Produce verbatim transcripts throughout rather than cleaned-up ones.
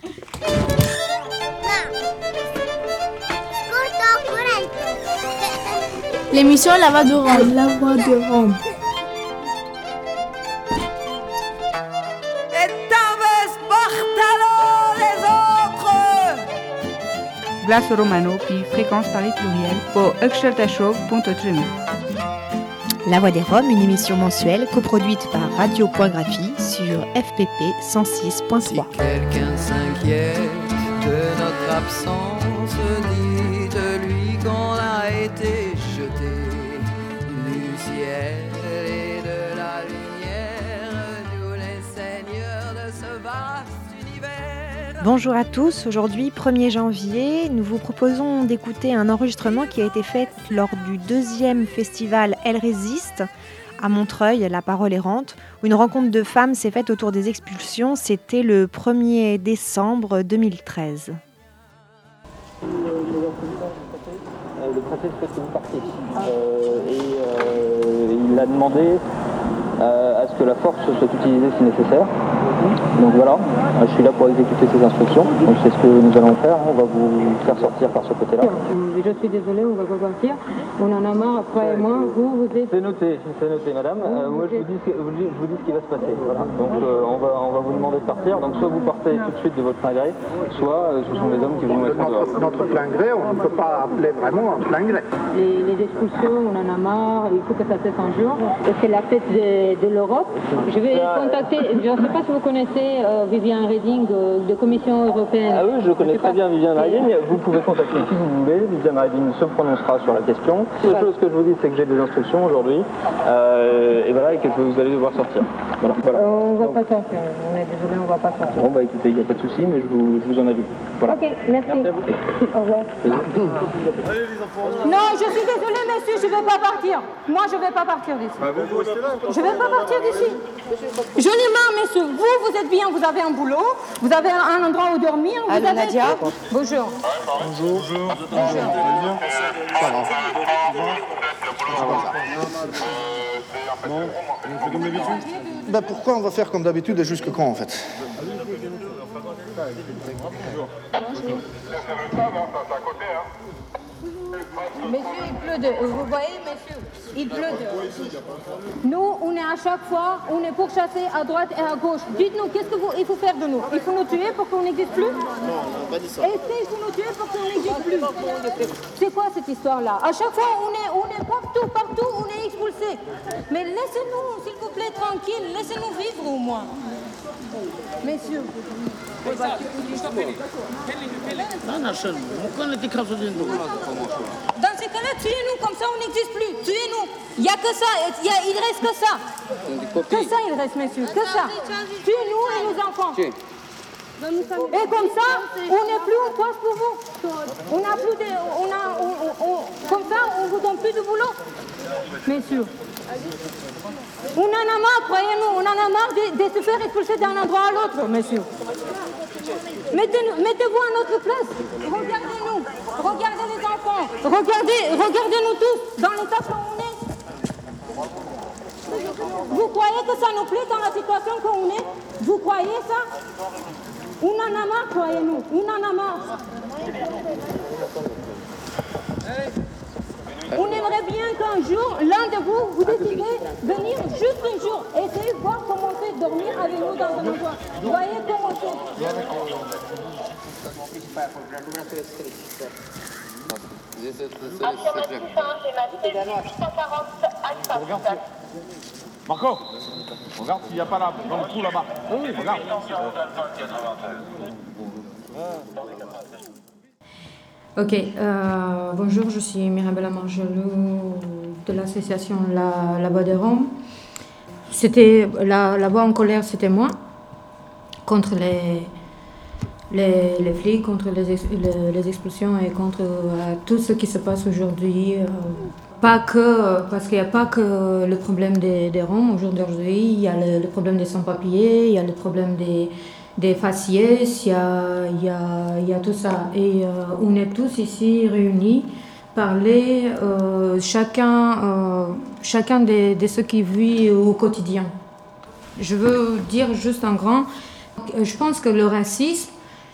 L'émission La Voix de Rome. La Voix de Rome. Glace Romano, puis fréquence Paris pluriel, pour Öxeltashov point tremi. La Voix des Roms, une émission mensuelle coproduite par Radio.graphie sur F P P cent six point trois. Si quelqu'un s'inquiète de notre absence, dit de lui qu'on a été jeté du ciel et de la lumière, nous les seigneurs de ce vaste univers. Bonjour à tous, aujourd'hui premier janvier, nous vous proposons d'écouter un enregistrement qui a été fait lors du deuxième festival Elle Résiste à Montreuil, La Parole Errante, où une rencontre de femmes s'est faite autour des expulsions. C'était le premier décembre deux mille treize. Le préfet souhaite que vous partiez. Euh, et euh, il a demandé euh, à ce que la force soit utilisée si nécessaire. Donc voilà, je suis là pour exécuter ces instructions. Donc c'est ce que nous allons faire. On va vous faire sortir par ce côté-là. Je suis désolée, on va pas partir. On en a marre, après et moi, vous, vous êtes... C'est noté, c'est noté, madame. Euh, moi, je vous, dis, je vous dis ce qui va se passer. Voilà. Donc euh, on, va, on va vous demander de partir. Donc soit vous partez tout de suite de votre plein gré, soit euh, ce sont les hommes qui vont mettre en dehors. Notre plein gré, on ne peut pas appeler vraiment un plein gré. Les, les expulsions, on en a marre, il faut que ça cesse un jour. C'est la fête de, de l'Europe. Je vais contacter, je ne sais pas si vous connaissez euh, Viviane Reding euh, de Commission européenne. Ah oui, je connais très bien Viviane Reding. Vous pouvez contacter qui vous voulez. Viviane Reding se prononcera sur la question. La chose que je vous dis, c'est que j'ai des instructions aujourd'hui. Euh, et voilà, et que vous allez devoir sortir. Voilà. Voilà. On ne va Donc, pas sortir. On est désolé, on ne va pas sortir. Bon, bah écoutez, il n'y a pas de souci, mais je vous, je vous en avise. Voilà. Ok, merci. Merci à vous. Au revoir. Non, je suis désolée, monsieur, je ne vais pas partir. Moi, je ne vais pas partir d'ici. Je ne vais pas partir d'ici. Je n'ai marre, monsieur. Vous, vous êtes bien, vous avez un boulot, vous avez un endroit où dormir. Vous Allô, avez... Nadia. Bonjour. Bonjour. Bonjour. Bonjour. Ça va. Bon, on fait comme d'habitude. Ben pourquoi on va faire comme d'habitude et jusque quand en fait? Monsieur, il pleut de... Vous voyez, monsieur, il pleut de... Nous, on est à chaque fois, on est pourchassés à droite et à gauche. Dites-nous, qu'est-ce qu'il faut faire de nous? Il faut nous tuer pour qu'on n'existe plus? Non, on n'a pas dit ça. Est-ce qu'il faut nous tuer pour qu'on n'existe plus? C'est quoi cette histoire-là? À chaque fois, on est, on est partout, partout, on est expulsés. Mais laissez-nous, s'il vous plaît, tranquille, laissez-nous vivre au moins. Messieurs. Dans ces cas-là, tuez-nous, comme ça on n'existe plus. Tuez-nous. Il n'y a que ça, il, y a, il reste que ça. Que ça, il reste, messieurs, que ça. Tuez-nous et nos enfants. Et comme ça, on n'est plus en poste pour vous. On n'a plus de, on a, on, on, on, comme ça, on vous donne plus de boulot. Messieurs. On en a marre, croyez-nous, on en a marre de, de se faire expulser d'un endroit à l'autre, messieurs. Mettez-nous, mettez-vous à notre place. Regardez-nous, regardez les enfants, regardez, regardez-nous tous dans l'état qu'on est. Vous croyez que ça nous plaît dans la situation qu'on est? Vous croyez ça? On en a marre, croyez-nous, on en a marre. On aimerait bien qu'un jour, l'un de vous, vous décidez de venir juste un jour, essayez de voir comment on fait dormir avec nous dans un endroit. Vous voyez comment on fait. Marco, regarde s'il n'y a pas là, dans le trou là-bas. Oui, regarde. Ok, euh, bonjour, je suis Mirabella Margelou de l'association La, la Voix des Roms. C'était, la, la voix en colère, c'était moi, contre les, les, les flics, contre les, ex, les, les expulsions et contre euh, tout ce qui se passe aujourd'hui. Euh, pas que, parce qu'il n'y a pas que le problème des, des Roms aujourd'hui, il y a le, le problème des sans-papiers, il y a le problème des... des faciès, il y a, il y a, il y a tout ça. Et euh, on est tous ici réunis, parler euh, chacun, euh, chacun de, de ce qui vit au quotidien. Je veux dire juste en grand, je pense que le racisme,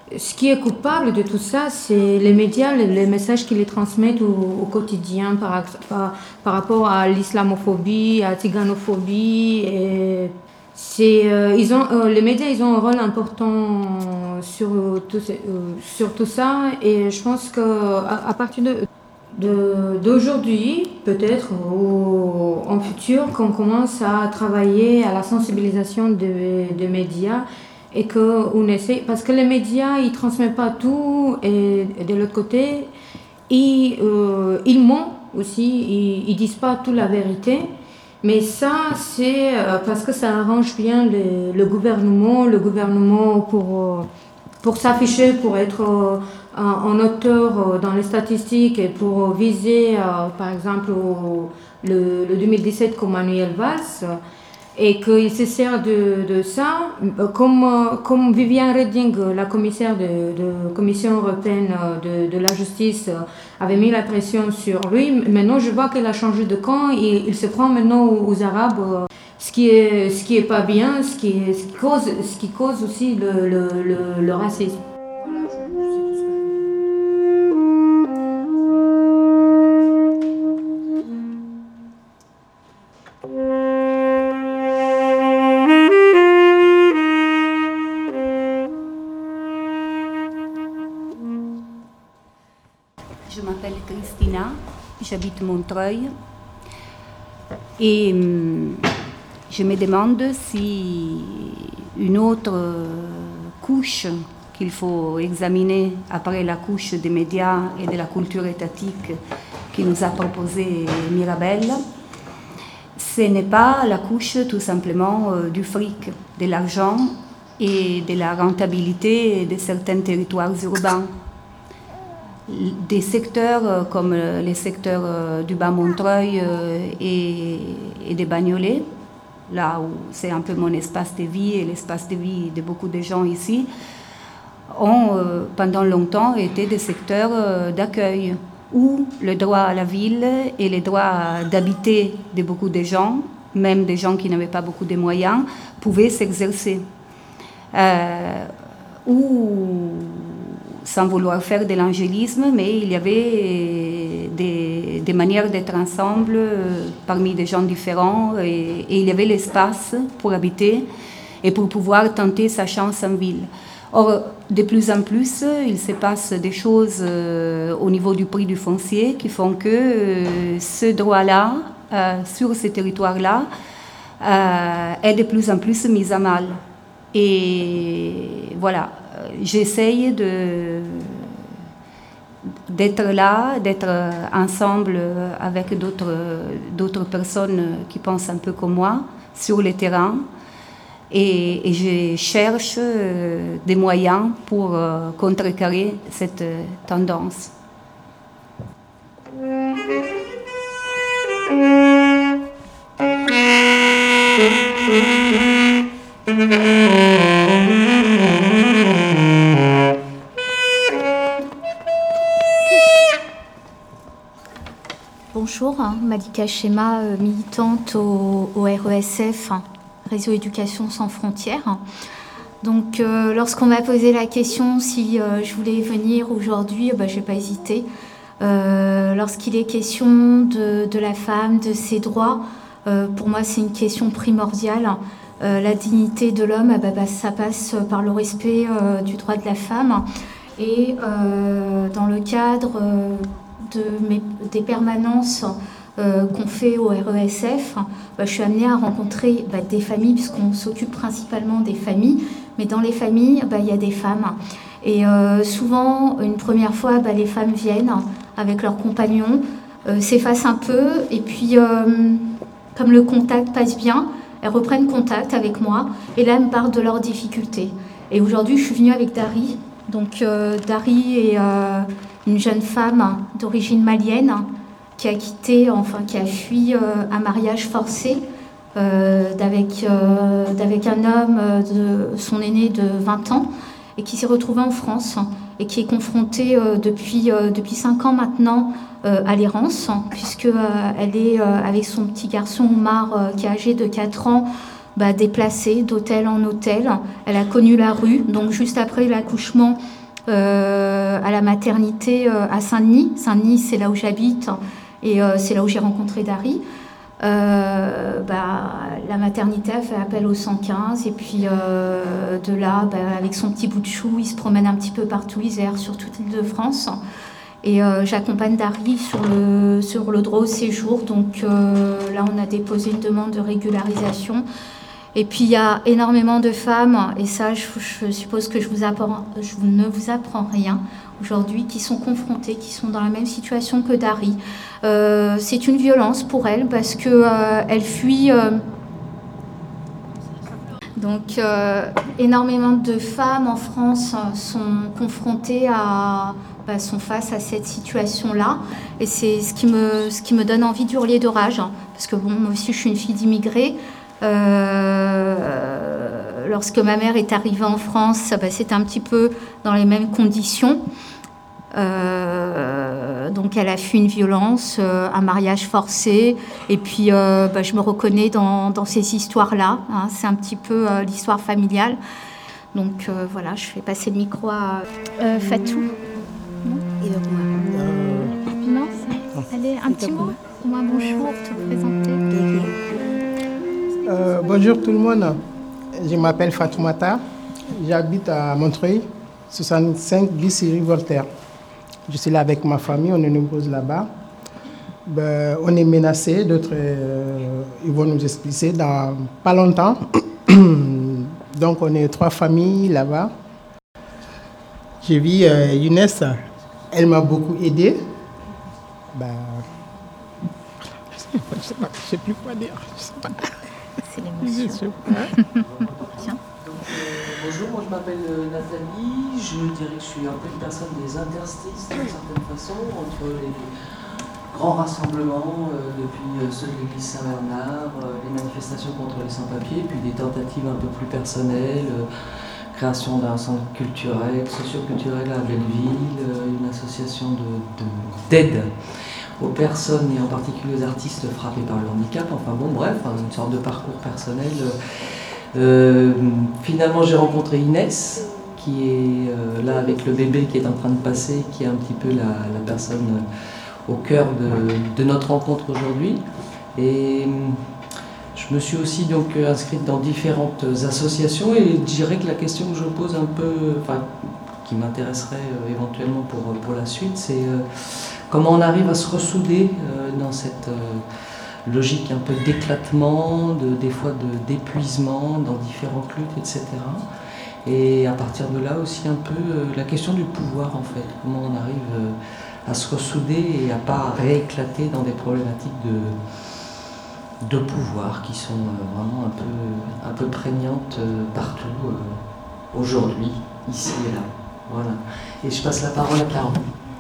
ce qui est coupable de tout ça, c'est les médias, les, les messages qu'ils les transmettent au, au quotidien par, par, par rapport à l'islamophobie, à la tiganophobie. Et c'est, euh, ils ont, euh, les médias, ils ont un rôle important sur tout, euh, sur tout ça. Et je pense qu'à à partir de, de, d'aujourd'hui, peut-être, ou en futur, qu'on commence à travailler à la sensibilisation des, des médias. Et qu'on essaie, parce que les médias, ils ne transmettent pas tout, et, et de l'autre côté, ils, euh, ils mentent aussi, ils ne disent pas toute la vérité. Mais ça, c'est euh, parce que ça arrange bien le, le gouvernement, le gouvernement pour, euh, pour s'afficher, pour être euh, un, un auteur euh, dans les statistiques et pour viser, euh, par exemple, au, le, le deux mille dix-sept comme Manuel Valls. Et qu'il se sert de, de ça, comme, comme Viviane Reding, la commissaire de la Commission européenne de, de la justice, avait mis la pression sur lui. Maintenant, je vois qu'il a changé de camp et il se prend maintenant aux, aux Arabes, ce qui est, ce qui est pas bien, ce qui, ce qui, cause, ce qui cause aussi le, le, le, le racisme. Je m'appelle Christina, j'habite Montreuil et hum, je me demande si une autre couche qu'il faut examiner après la couche des médias et de la culture étatique qui nous a proposé Mirabelle, ce n'est pas la couche tout simplement euh, du fric, de l'argent et de la rentabilité de certains territoires urbains. Des secteurs comme les secteurs du Bas-Montreuil et, et des Bagnolet, là où c'est un peu mon espace de vie et l'espace de vie de beaucoup de gens ici, ont pendant longtemps été des secteurs d'accueil où le droit à la ville et le droit d'habiter de beaucoup de gens, même des gens qui n'avaient pas beaucoup de moyens, pouvaient s'exercer. Euh, où sans vouloir faire de l'angélisme, mais il y avait des, des manières d'être ensemble parmi des gens différents et, et il y avait l'espace pour habiter et pour pouvoir tenter sa chance en ville. Or, de plus en plus, il se passe des choses euh, au niveau du prix du foncier qui font que euh, ce droit-là, euh, sur ces territoires-là, euh, est de plus en plus mis à mal. Et voilà. J'essaye de, d'être là, d'être ensemble avec d'autres, d'autres personnes qui pensent un peu comme moi sur le terrain et, et je cherche des moyens pour contrecarrer cette tendance. Bonjour, Malika Chema, militante au, au R E S F, Réseau Éducation Sans Frontières. Donc, euh, lorsqu'on m'a posé la question si euh, je voulais venir aujourd'hui, bah, je n'ai pas hésité. Euh, lorsqu'il est question de, de la femme, de ses droits, euh, pour moi, c'est une question primordiale. Euh, la dignité de l'homme, bah, bah, ça passe par le respect euh, du droit de la femme. Et euh, dans le cadre euh, de mes, des permanences euh, qu'on fait au R E S F, bah, je suis amenée à rencontrer bah, des familles, puisqu'on s'occupe principalement des familles, mais dans les familles, bah, y a des femmes. Et euh, souvent, une première fois, bah, les femmes viennent avec leurs compagnons, euh, s'effacent un peu, et puis, euh, comme le contact passe bien, elles reprennent contact avec moi, et là, elles me parlent de leurs difficultés. Et aujourd'hui, je suis venue avec Dari. Donc, euh, Dari est euh, une jeune femme d'origine malienne qui a quitté, enfin, qui a fui euh, un mariage forcé euh, d'avec, euh, d'avec un homme, de son aîné de vingt ans, et qui s'est retrouvée en France et qui est confrontée euh, depuis, euh, depuis cinq ans maintenant euh, à l'errance, puisqu'elle euh, est euh, avec son petit garçon Omar, euh, qui est âgé de quatre ans, bah, déplacée d'hôtel en hôtel. Elle a connu la rue, donc juste après l'accouchement euh, à la maternité euh, à Saint-Denis. Saint-Denis, c'est là où j'habite et euh, c'est là où j'ai rencontré Dari. Euh, bah, la maternité a fait appel au cent quinze et puis euh, de là, bah, avec son petit bout de chou, il se promène un petit peu partout, il erre sur toute l'île de France. Et euh, j'accompagne Dari sur le, sur le droit au séjour. Donc euh, là, on a déposé une demande de régularisation. Et puis, il y a énormément de femmes, et ça, je, je suppose que je, vous apprends, je ne vous apprends rien aujourd'hui, qui sont confrontées, qui sont dans la même situation que Dari. Euh, c'est une violence pour elles parce qu'elle euh, fuit... Euh, Donc, euh, énormément de femmes en France sont confrontées à, bah, sont face à cette situation-là. Et c'est ce qui me, ce qui me donne envie d'hurler de rage. Hein, parce que bon, moi aussi, je suis une fille d'immigrés. Euh, lorsque ma mère est arrivée en France, bah, c'était un petit peu dans les mêmes conditions. Euh, donc elle a fui une violence, euh, un mariage forcé, et puis euh, bah, je me reconnais dans, dans ces histoires-là, hein, c'est un petit peu euh, l'histoire familiale. Donc euh, voilà, je fais passer le micro à euh, Fatou. Non, et donc moi. Non, ça, allez, un petit mot, moi bonjour, te présenter. Euh, bonjour tout le monde, je m'appelle Fatoumata, j'habite à Montreuil, soixante-cinq bis rue Voltaire. Je suis là avec ma famille, on est nombreuses là-bas. Ben, on est menacés, d'autres, euh, ils vont nous expliquer dans pas longtemps. Donc on est trois familles là-bas. J'ai vu euh, Younes, elle m'a beaucoup aidé. Ben, je sais pas, je sais pas, je sais plus quoi dire. Je sais pas. C'est l'émotion. Tiens. Bonjour, moi je m'appelle Nathalie, je dirais que je suis un peu une personne des interstices d'une certaine façon, entre les grands rassemblements euh, depuis euh, ceux de l'église Saint-Bernard, euh, les manifestations contre les sans-papiers, puis des tentatives un peu plus personnelles, euh, création d'un centre culturel, socio-culturel à Belleville, euh, une association de, de, d'aide aux personnes et en particulier aux artistes frappés par le handicap, enfin bon bref, une sorte de parcours personnel. Euh, Euh, finalement, j'ai rencontré Inès, qui est euh, là avec le bébé qui est en train de passer, qui est un petit peu la, la personne euh, au cœur de, de notre rencontre aujourd'hui. Et je me suis aussi donc inscrite dans différentes associations et je dirais que la question que je pose un peu, enfin, qui m'intéresserait euh, éventuellement pour, pour la suite, c'est euh, comment on arrive à se ressouder euh, dans cette... Euh, logique un peu d'éclatement, de, des fois de, d'épuisement dans différentes luttes, et cetera. Et à partir de là aussi un peu euh, la question du pouvoir en fait, comment on arrive euh, à se ressouder et à pas rééclater dans des problématiques de, de pouvoir qui sont euh, vraiment un peu, un peu prégnantes euh, partout euh, aujourd'hui, ici et là. Voilà. Et je passe la parole à Clara.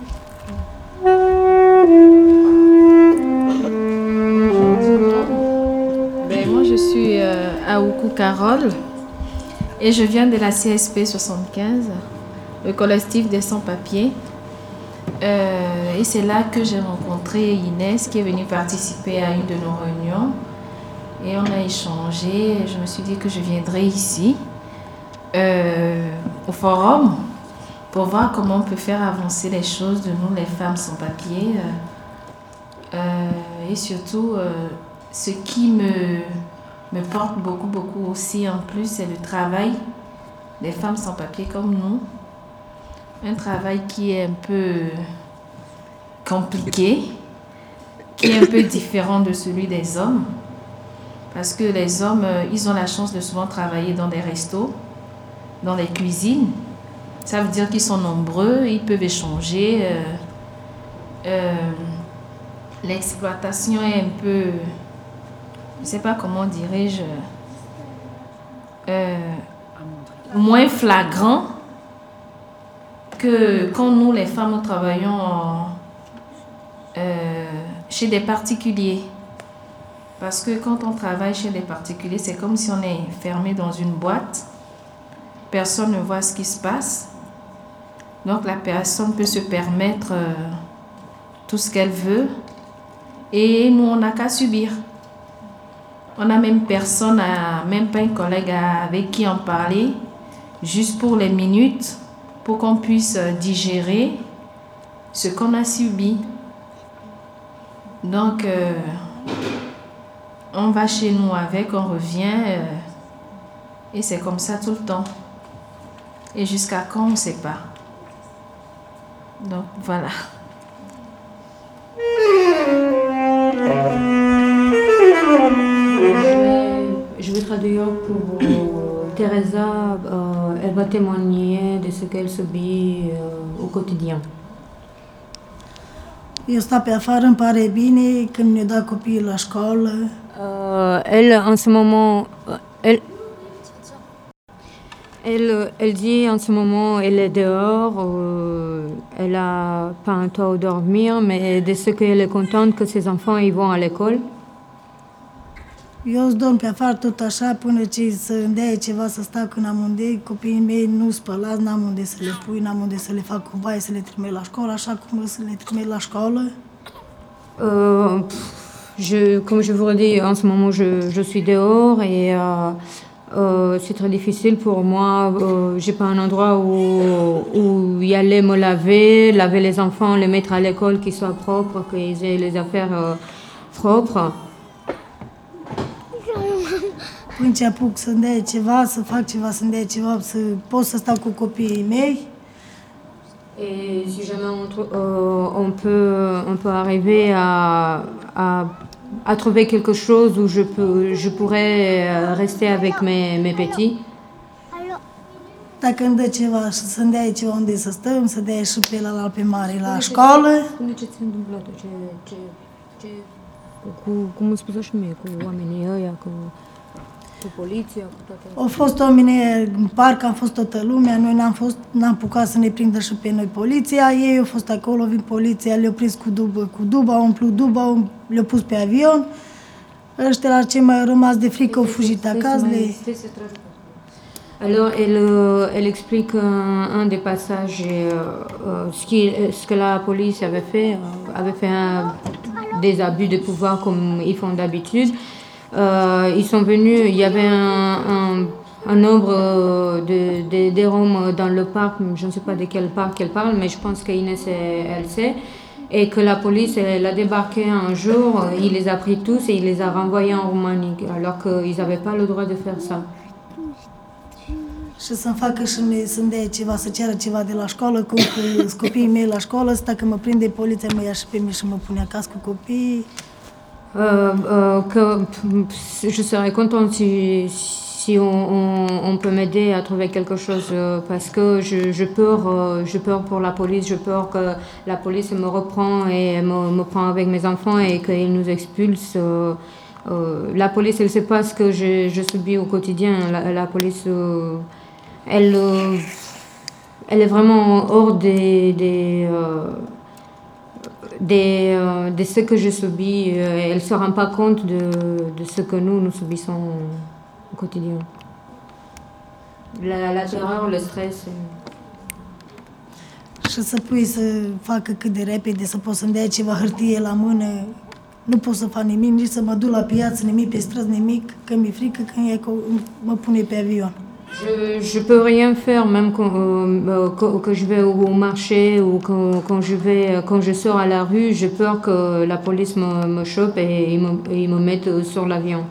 Je suis euh, Aoukou Carole et je viens de la C S P soixante-quinze, le collectif des sans-papiers. Euh, et c'est là que j'ai rencontré Inès qui est venue participer à une de nos réunions. Et on a échangé. Je me suis dit que je viendrais ici, euh, au forum, pour voir comment on peut faire avancer les choses de nous, les femmes sans-papiers. Euh, euh, et surtout, euh, ce qui me... me porte beaucoup, beaucoup aussi en plus, c'est le travail des femmes sans papier comme nous. Un travail qui est un peu compliqué, qui est un peu différent de celui des hommes. Parce que les hommes, ils ont la chance de souvent travailler dans des restos, dans les cuisines. Ça veut dire qu'ils sont nombreux, ils peuvent échanger. Euh, euh, l'exploitation est un peu... je ne sais pas comment dirais-je, euh, moins flagrant que quand nous, les femmes, nous travaillons en, euh, chez des particuliers. Parce que quand on travaille chez des particuliers, c'est comme si on est fermé dans une boîte. Personne ne voit ce qui se passe. Donc la personne peut se permettre euh, tout ce qu'elle veut. Et nous, on n'a qu'à subir. On n'a même personne, même pas un collègue avec qui en parler, juste pour les minutes, pour qu'on puisse digérer ce qu'on a subi. Donc, euh, on va chez nous avec, on revient, euh, et c'est comme ça tout le temps. Et jusqu'à quand, on ne sait pas. Donc, voilà. Je vais traduire pour euh, Teresa. Euh, elle va témoigner de ce qu'elle subit euh, au quotidien. Eu stau pe afară, îmi pare bine când mi-o dat copiii la școală. Euh, elle, en ce moment, elle, elle, elle dit en ce moment, elle est dehors, euh, elle n'a pas un toit où dormir, mais de ce qu'elle est contente que ses enfants ils vont à l'école. Eu îți dorm pe afară tot așa până ce să îmi dea ceva să stau când am unde. Copiii mei nu spălați, n-am unde să le pui, n-am unde să le fac cu baie, să le trimit la școală, așa cum să le trimit la școală. Euh, je, comme je vous l'ai dit, en ce moment je, je suis dehors et euh, euh, c'est très difficile pour moi. Euh, j'ai pas un endroit où, où y aller me laver, laver les enfants, les mettre à l'école, qu'ils soient propres, qu'ils aient les affaires euh, propres. Până ce apuc să-mi dea ceva, să fac ceva, să-mi dea ceva, să pot să stau cu copiii mei. Et si jamais on, euh, on, peut, on peut arriver à, à, à trouver quelque chose où je, peux, je pourrais rester avec mes, mes petits. Dacă îmi dă ceva și să-mi dea ceva unde să stăm, să dea și pe ăla pe mare la școală. Spune ce ți-a întâmplat, ce, ce, ce, cu, cum îmi spus și mie, cu oamenii ăia, cu, cu poliția, cu toate. Au fost oamenii în parc, am fost toată lumea, noi n-am fost, n-am apucat să ne prindă și pe noi poliția, ei au fost acolo, vin poliția, le-au prins cu dubă, cu duba, au umplut duba, le-au pus pe avion, ăștia la cei mai au rămas de frică, au fugit acasă. Le... Alors, elle, elle explique un, un des passages, et, euh, ce, qui, ce que la police avait fait, avait fait un, des abus de pouvoir comme ils font d'habitude. Euh, ils sont venus, il y avait un, un, un nombre de, de, de Roms dans le parc, je ne sais pas de quel parc elle parle, mais je pense qu'Inès elle sait, et que la police elle a débarqué un jour, il les a pris tous et il les a renvoyés en Roumanie, alors qu'ils n'avaient pas le droit de faire ça. Și să-mi facă și mie, să-mi dea ceva, să ceară ceva de la școală, cum că sunt copiii mei la școală, să dacă mă prinde poliția, mă ia și pe mine și mă pune acasă cu copiii. Euh, euh, que je serais contente si, si on, on, on peut m'aider à trouver quelque chose euh, parce que je, je peur, euh, je peur pour la police, je peur que la police me reprend et me, me prend avec mes enfants et qu'ils nous expulsent. Euh, euh, la police, elle ne sait pas ce que je, je subis au quotidien. La, la police, euh, elle, euh, elle est vraiment hors des... des euh, De, de ce que je subis, elle ne se rend pas compte de, de ce que nous, nous subissons au quotidien. La, la terreur, le stress. Și să pui să facă cât de repede, să pot să-mi dea ceva hârtie la mână. Nu pot să fac nimic, nici să mă duc la piață, nimic pe străzi, nimic, că mi-e frică când e, mă pune pe avion. Je, je peux rien faire, même quand, euh, quand, quand je vais au marché ou quand, quand, je vais, quand je sors à la rue, j'ai peur que la police me, me chope et ils me, ils me mettent sur l'avion.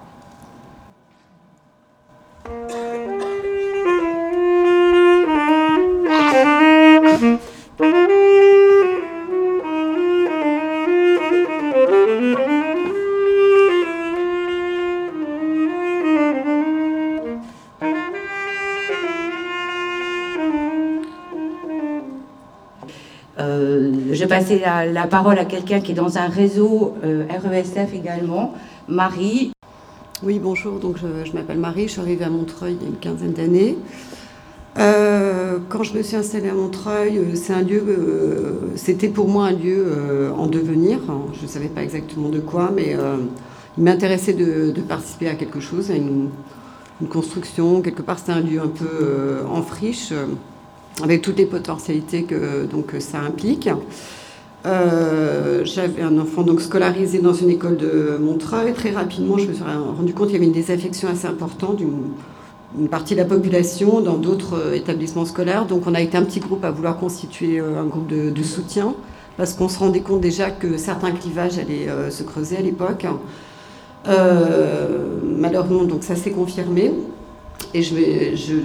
Je vais passer la, la parole à quelqu'un qui est dans un réseau euh, R E S F également, Marie. Oui, bonjour, donc je, je m'appelle Marie, je suis arrivée à Montreuil il y a une quinzaine d'années. Euh, quand je me suis installée à Montreuil, c'est un lieu, euh, c'était pour moi un lieu euh, en devenir. Je ne savais pas exactement de quoi, mais euh, il m'intéressait de, de participer à quelque chose, à une, une construction. Quelque part, c'était un lieu un peu euh, en friche, avec toutes les potentialités que donc, ça implique. Euh, j'avais un enfant donc scolarisé dans une école de Montreuil. Très rapidement, je me suis rendu compte qu'il y avait une désaffection assez importante d'une une partie de la population dans d'autres établissements scolaires. Donc on a été un petit groupe à vouloir constituer un groupe de, de soutien, parce qu'on se rendait compte déjà que certains clivages allaient euh, se creuser à l'époque. Euh, malheureusement, donc ça s'est confirmé. Et je, vais, je,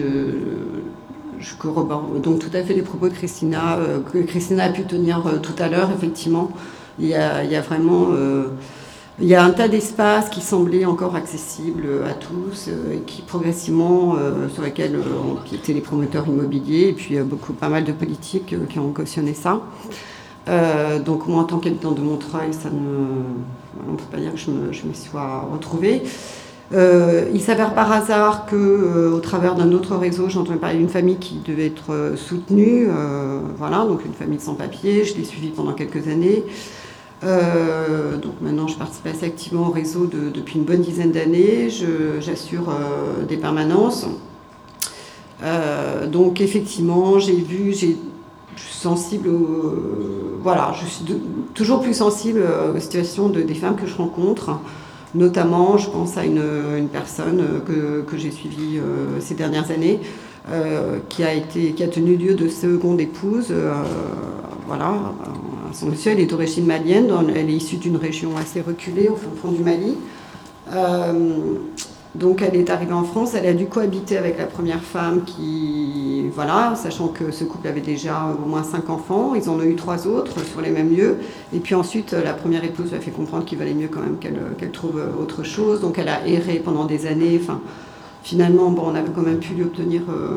je corrobore donc tout à fait les propos de Christina, euh, que Christina a pu tenir euh, tout à l'heure. Effectivement, il y a, il y a vraiment euh, il y a un tas d'espaces qui semblaient encore accessibles à tous euh, et qui progressivement euh, sur lesquels euh, ont piété les promoteurs immobiliers et puis euh, beaucoup, pas mal de politiques euh, qui ont cautionné ça. Euh, donc moi, en tant qu'habitant de Montreuil, ça ne, on ne peut pas dire que je me, je me sois retrouvée. Euh, il s'avère par hasard que, euh, au travers d'un autre réseau, j'ai entendu parler d'une famille qui devait être euh, soutenue. Euh, voilà, donc une famille sans papier. Je l'ai suivie pendant quelques années. Euh, donc maintenant, je participe assez activement au réseau de, depuis une bonne dizaine d'années. Je, j'assure euh, des permanences. Euh, donc effectivement, j'ai vu, j'ai, je suis sensible, au, euh, voilà, je suis de, toujours plus sensible aux situations de, des femmes que je rencontre. Notamment, je pense à une, une personne que, que j'ai suivie euh, ces dernières années, euh, qui, a été, qui a tenu lieu de seconde épouse. Euh, voilà, son monsieur, elle est d'origine malienne, elle est issue d'une région assez reculée au fond du Mali. Euh, donc elle est arrivée en France, elle a dû cohabiter avec la première femme qui, voilà, sachant que ce couple avait déjà au moins cinq enfants, ils en ont eu trois autres sur les mêmes lieux, et puis ensuite la première épouse lui a fait comprendre qu'il valait mieux quand même qu'elle, qu'elle trouve autre chose, donc elle a erré pendant des années, enfin, finalement bon, on avait quand même pu lui obtenir euh,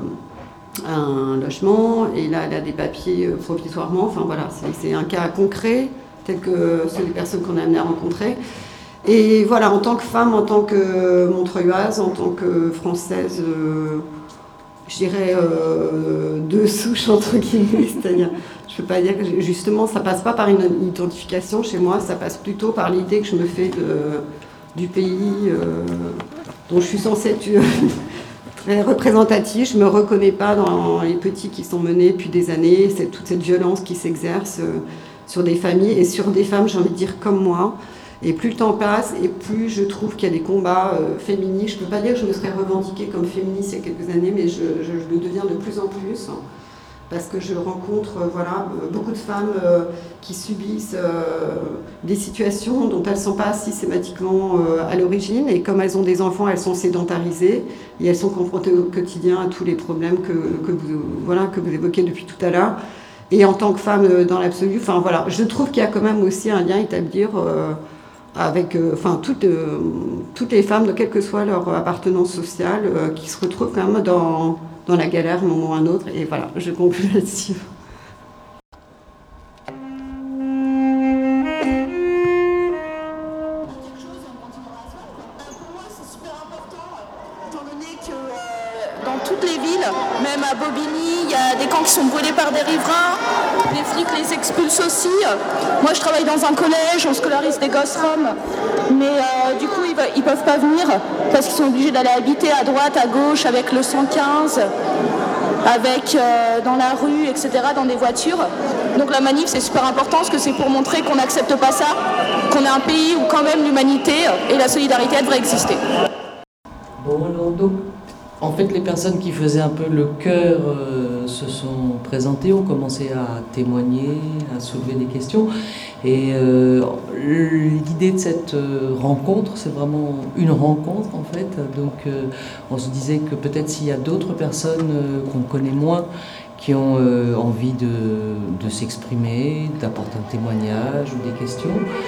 un logement, et là elle a des papiers euh, provisoirement, enfin voilà, c'est, c'est un cas concret, tel que ceux des personnes qu'on a amenées à rencontrer. Et voilà, en tant que femme, en tant que montreuilloise, en tant que française, euh, je dirais euh, de souche entre guillemets, c'est-à-dire, je peux pas dire que justement, ça passe pas par une identification chez moi, ça passe plutôt par l'idée que je me fais de, du pays euh, dont je suis censée être très représentative. Je me reconnais pas dans les petits qui sont menés depuis des années, c'est toute cette violence qui s'exerce euh, sur des familles et sur des femmes, j'ai envie de dire comme moi. Et plus le temps passe, et plus je trouve qu'il y a des combats euh, féministes. Je ne peux pas dire que je me serais revendiquée comme féministe il y a quelques années, mais je, je, je le deviens de plus en plus, parce que je rencontre euh, voilà, beaucoup de femmes euh, qui subissent euh, des situations dont elles ne sont pas systématiquement euh, à l'origine, et comme elles ont des enfants, elles sont sédentarisées, et elles sont confrontées au quotidien à tous les problèmes que, que, vous, voilà, que vous évoquez depuis tout à l'heure. Et en tant que femme euh, dans l'absolu, enfin voilà, je trouve qu'il y a quand même aussi un lien à établir euh, avec euh, enfin, toutes, euh, toutes les femmes, quelle que soit leur appartenance sociale, euh, qui se retrouvent quand même dans, dans la galère à un moment ou à un autre. Et voilà, je conclue là-dessus. Dans toutes les villes, même à Bobigny, il y a des camps qui sont brûlés par des riverains, les flics les expulsent aussi. Moi je travaille dans un collège, on scolarise des gosses roms, mais euh, du coup ils ne peuvent pas venir parce qu'ils sont obligés d'aller habiter à droite, à gauche, avec le cent quinze, avec euh, dans la rue, et cetera, dans des voitures. Donc la manif c'est super important parce que c'est pour montrer qu'on n'accepte pas ça, qu'on est un pays où quand même l'humanité et la solidarité devraient exister. Bon, alors donc, en fait, les personnes qui faisaient un peu le cœur euh, se sont présentées, ont commencé à témoigner, à soulever des questions. Et euh, l'idée de cette euh, rencontre, c'est vraiment une rencontre en fait. Donc euh, on se disait que peut-être s'il y a d'autres personnes euh, qu'on connaît moins, qui ont euh, envie de, de s'exprimer, d'apporter un témoignage ou des questions.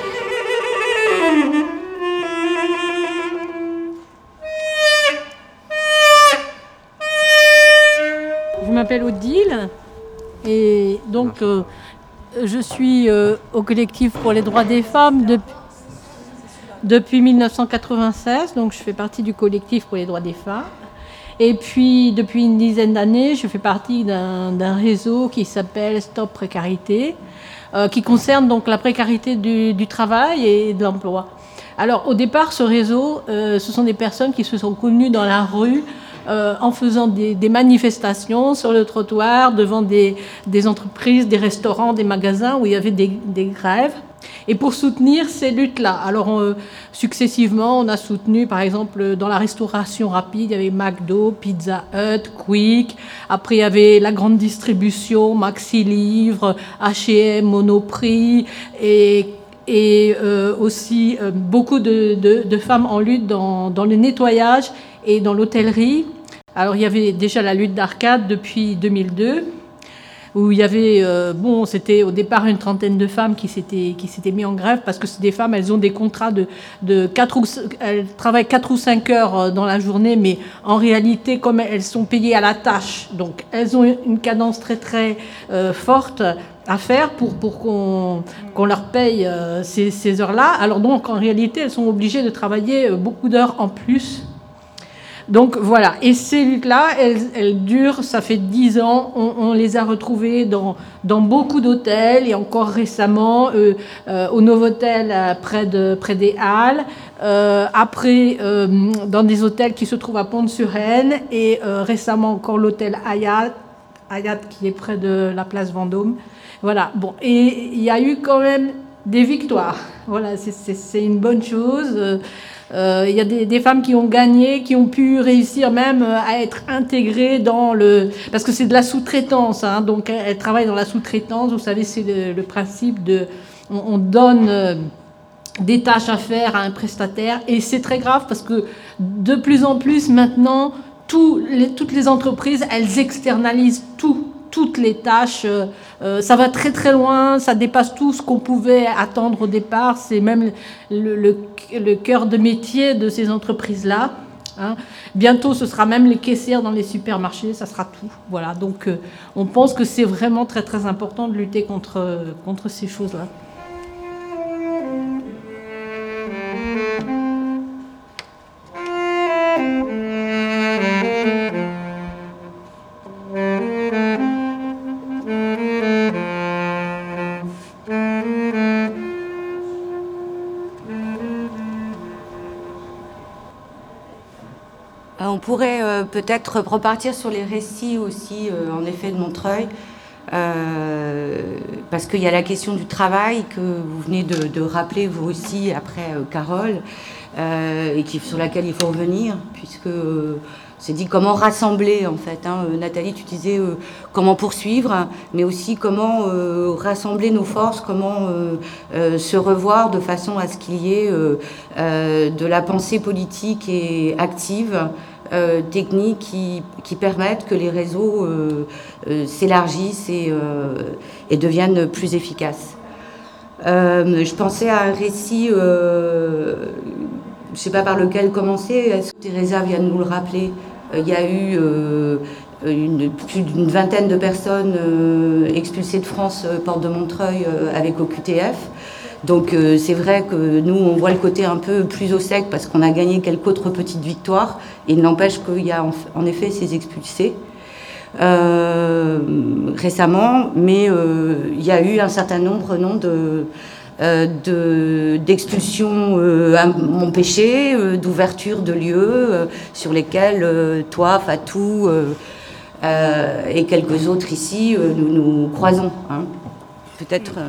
Je m'appelle Odile et donc euh, je suis euh, au collectif pour les droits des femmes de, depuis mille neuf cent quatre-vingt-seize, donc je fais partie du collectif pour les droits des femmes. Et puis depuis une dizaine d'années, je fais partie d'un, d'un réseau qui s'appelle Stop Précarité, euh, qui concerne donc la précarité du, du travail et de l'emploi. Alors au départ, ce réseau, euh, ce sont des personnes qui se sont connues dans la rue, euh, en faisant des, des manifestations sur le trottoir, devant des, des entreprises, des restaurants, des magasins où il y avait des, des grèves. Et pour soutenir ces luttes-là, alors euh, successivement, on a soutenu, par exemple, dans la restauration rapide, il y avait McDo, Pizza Hut, Quick. Après, il y avait la grande distribution, Maxi Livre, H et M, Monoprix, et, et euh, aussi euh, beaucoup de, de, de femmes en lutte dans, dans le nettoyage et dans l'hôtellerie. Alors, il y avait déjà la lutte d'Arcade depuis deux mille deux. Où il y avait, euh, bon, c'était au départ une trentaine de femmes qui s'étaient qui s'étaient mis en grève parce que c'est des femmes, elles ont des contrats de de quatre ou elles travaillent quatre ou cinq heures dans la journée, mais en réalité, comme elles sont payées à la tâche, donc elles ont une cadence très très euh, forte à faire pour pour qu'on qu'on leur paye euh, ces ces heures-là. Alors donc en réalité, elles sont obligées de travailler beaucoup d'heures en plus. Donc voilà, et ces luttes-là, elles, elles durent, ça fait dix ans, on, on les a retrouvées dans, dans beaucoup d'hôtels, et encore récemment euh, euh, au Novotel euh, près, de, près des Halles, euh, après euh, dans des hôtels qui se trouvent à Pont-sur-Aisne, et euh, récemment encore l'hôtel Hayat, Hayat qui est près de la place Vendôme. Voilà, bon, et il y a eu quand même des victoires, voilà, c'est, c'est, c'est une bonne chose. Euh, Euh, il y a des, des femmes qui ont gagné, qui ont pu réussir même à être intégrées dans le... Parce que c'est de la sous-traitance, hein, donc elles travaillent dans la sous-traitance. Vous savez, c'est le, le principe de... On, on donne euh, des tâches à faire à un prestataire, et c'est très grave parce que de plus en plus maintenant, tous les, toutes les entreprises, elles externalisent tout. Toutes les tâches, euh, ça va très très loin, ça dépasse tout ce qu'on pouvait attendre au départ, c'est même le, le, le cœur de métier de ces entreprises-là. Hein. Bientôt, ce sera même les caissières dans les supermarchés, ça sera tout. Voilà, donc euh, on pense que c'est vraiment très très important de lutter contre, contre ces choses-là. On pourrait euh, peut-être repartir sur les récits aussi, euh, en effet, de Montreuil, euh, parce qu'il y a la question du travail que vous venez de, de rappeler, vous aussi, après euh, Carole, euh, et qui, sur laquelle il faut revenir, puisque euh, c'est dit comment rassembler, en fait. Hein. Nathalie, tu disais euh, comment poursuivre, mais aussi comment euh, rassembler nos forces, comment euh, euh, se revoir de façon à ce qu'il y ait euh, euh, de la pensée politique et active, Euh, techniques qui, qui permettent que les réseaux euh, euh, s'élargissent et, euh, et deviennent plus efficaces. Euh, je pensais à un récit, euh, je ne sais pas par lequel commencer, est-ce que Teresa vient de nous le rappeler? Il euh, y a eu euh, une, plus d'une vingtaine de personnes euh, expulsées de France, euh, porte de Montreuil, euh, avec O Q T F. Donc euh, c'est vrai que nous, on voit le côté un peu plus au sec parce qu'on a gagné quelques autres petites victoires. Il n'empêche qu'il y a en, en effet ces expulsés euh, récemment, mais euh, il y a eu un certain nombre non, de, euh, de, d'expulsions euh, empêchées, euh, d'ouverture de lieux euh, sur lesquels euh, toi, Fatou euh, euh, et quelques autres ici, euh, nous nous croisons. Hein. Peut-être... Euh,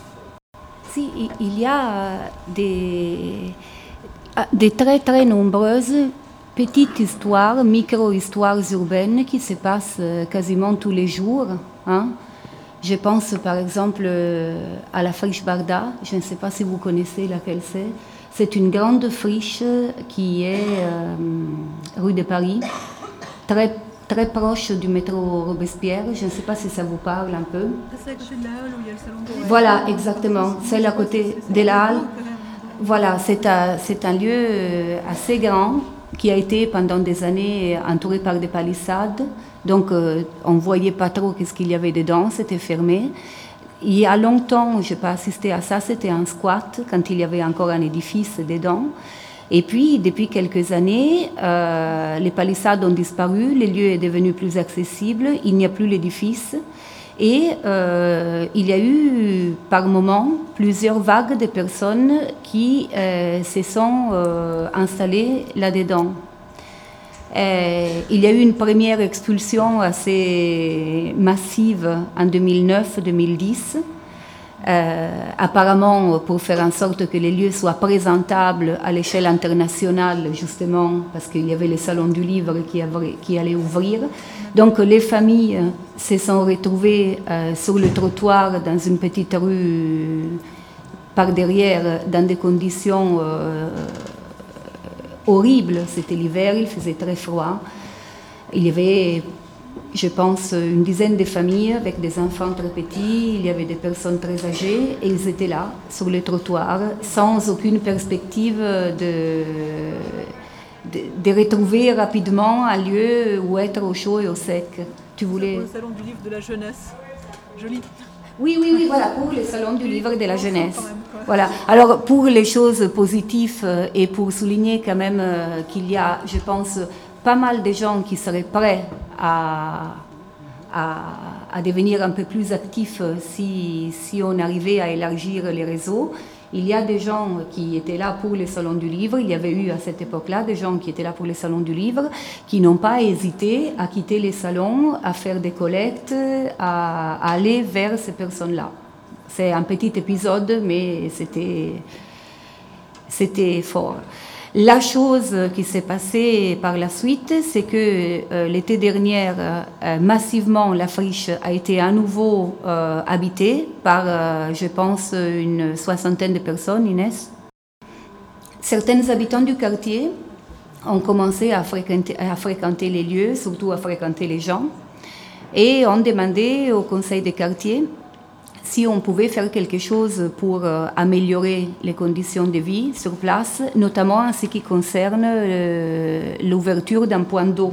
Si, il y a des, des très très nombreuses petites histoires, micro-histoires urbaines qui se passent quasiment tous les jours. Hein. Je pense par exemple à la friche Barda, je ne sais pas si vous connaissez laquelle c'est. C'est une grande friche qui est euh, rue de Paris, très très proche du métro Robespierre. Je ne sais pas si ça vous parle un peu. C'est à côté de la Halle où il y a le salon de... Voilà, exactement. C'est à côté de la Halle. Voilà, c'est un, c'est un lieu assez grand qui a été pendant des années entouré par des palissades. Donc, euh, on ne voyait pas trop qu'est-ce qu'il y avait dedans, c'était fermé. Il y a longtemps, je n'ai pas assisté à ça, c'était un squat, quand il y avait encore un édifice dedans. Et puis, depuis quelques années, euh, les palissades ont disparu, le lieu est devenu plus accessible, il n'y a plus l'édifice. Et euh, il y a eu, par moment, plusieurs vagues de personnes qui euh, se sont euh, installées là-dedans. Et il y a eu une première expulsion assez massive en deux mille neuf deux mille dix. Euh, apparemment pour faire en sorte que les lieux soient présentables à l'échelle internationale, justement parce qu'il y avait les salons du livre qui, avaient, qui allaient ouvrir. Donc les familles se sont retrouvées euh, sur le trottoir dans une petite rue par derrière, dans des conditions euh, horribles. C'était l'hiver, il faisait très froid. Il y avait, je pense, une dizaine de familles avec des enfants très petits, il y avait des personnes très âgées et ils étaient là, sur le trottoir, sans aucune perspective de, de, de retrouver rapidement un lieu où être au chaud et au sec. Tu voulais... Pour le salon du livre de la jeunesse. Joli. Oui, oui, oui, voilà, pour le salon du livre de la jeunesse. Voilà. Alors, pour les choses positives et pour souligner quand même qu'il y a, je pense, pas mal de gens qui seraient prêts à, à, à devenir un peu plus actifs si, si on arrivait à élargir les réseaux. Il y a des gens qui étaient là pour les salons du livre, il y avait eu à cette époque-là des gens qui étaient là pour les salons du livre, qui n'ont pas hésité à quitter les salons, à faire des collectes, à, à aller vers ces personnes-là. C'est un petit épisode, mais c'était, c'était fort. La chose qui s'est passée par la suite, c'est que euh, l'été dernier, euh, massivement, la friche a été à nouveau euh, habitée par, euh, je pense, une soixantaine de personnes, Inès. Certains habitants du quartier ont commencé à fréquenter, à fréquenter les lieux, surtout à fréquenter les gens, et ont demandé au conseil des quartiers si on pouvait faire quelque chose pour euh, améliorer les conditions de vie sur place, notamment en ce qui concerne euh, l'ouverture d'un point d'eau.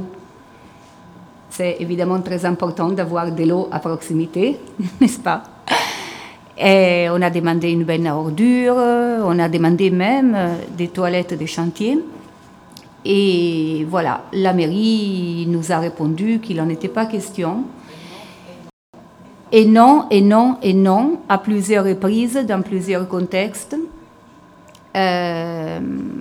C'est évidemment très important d'avoir de l'eau à proximité, n'est-ce pas? Et on a demandé une benne à ordures, on a demandé même des toilettes de chantier. Et voilà, la mairie nous a répondu qu'il n'en était pas question. Et non, et non, et non, à plusieurs reprises, dans plusieurs contextes. Euh...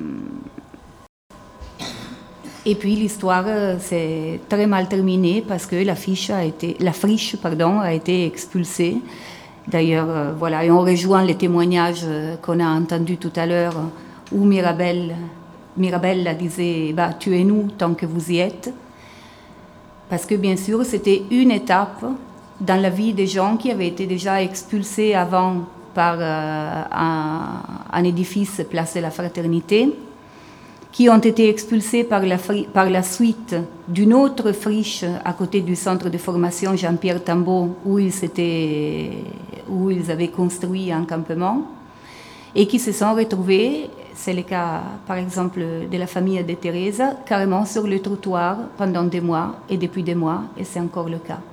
Et puis l'histoire s'est très mal terminée parce que la, fiche a été, la friche pardon, a été expulsée. D'ailleurs, euh, voilà, et on rejoint les témoignages qu'on a entendus tout à l'heure où Mirabelle, Mirabelle disait bah, « tuez-nous tant que vous y êtes ». Parce que bien sûr, c'était une étape dans la vie des gens qui avaient été déjà expulsés avant par euh, un, un édifice placé la Fraternité, qui ont été expulsés par la, par la suite d'une autre friche à côté du centre de formation Jean-Pierre Tambo, où ils, où ils avaient construit un campement, et qui se sont retrouvés, c'est le cas par exemple de la famille de Thérèse, carrément sur le trottoir pendant des mois et depuis des mois, et c'est encore le cas.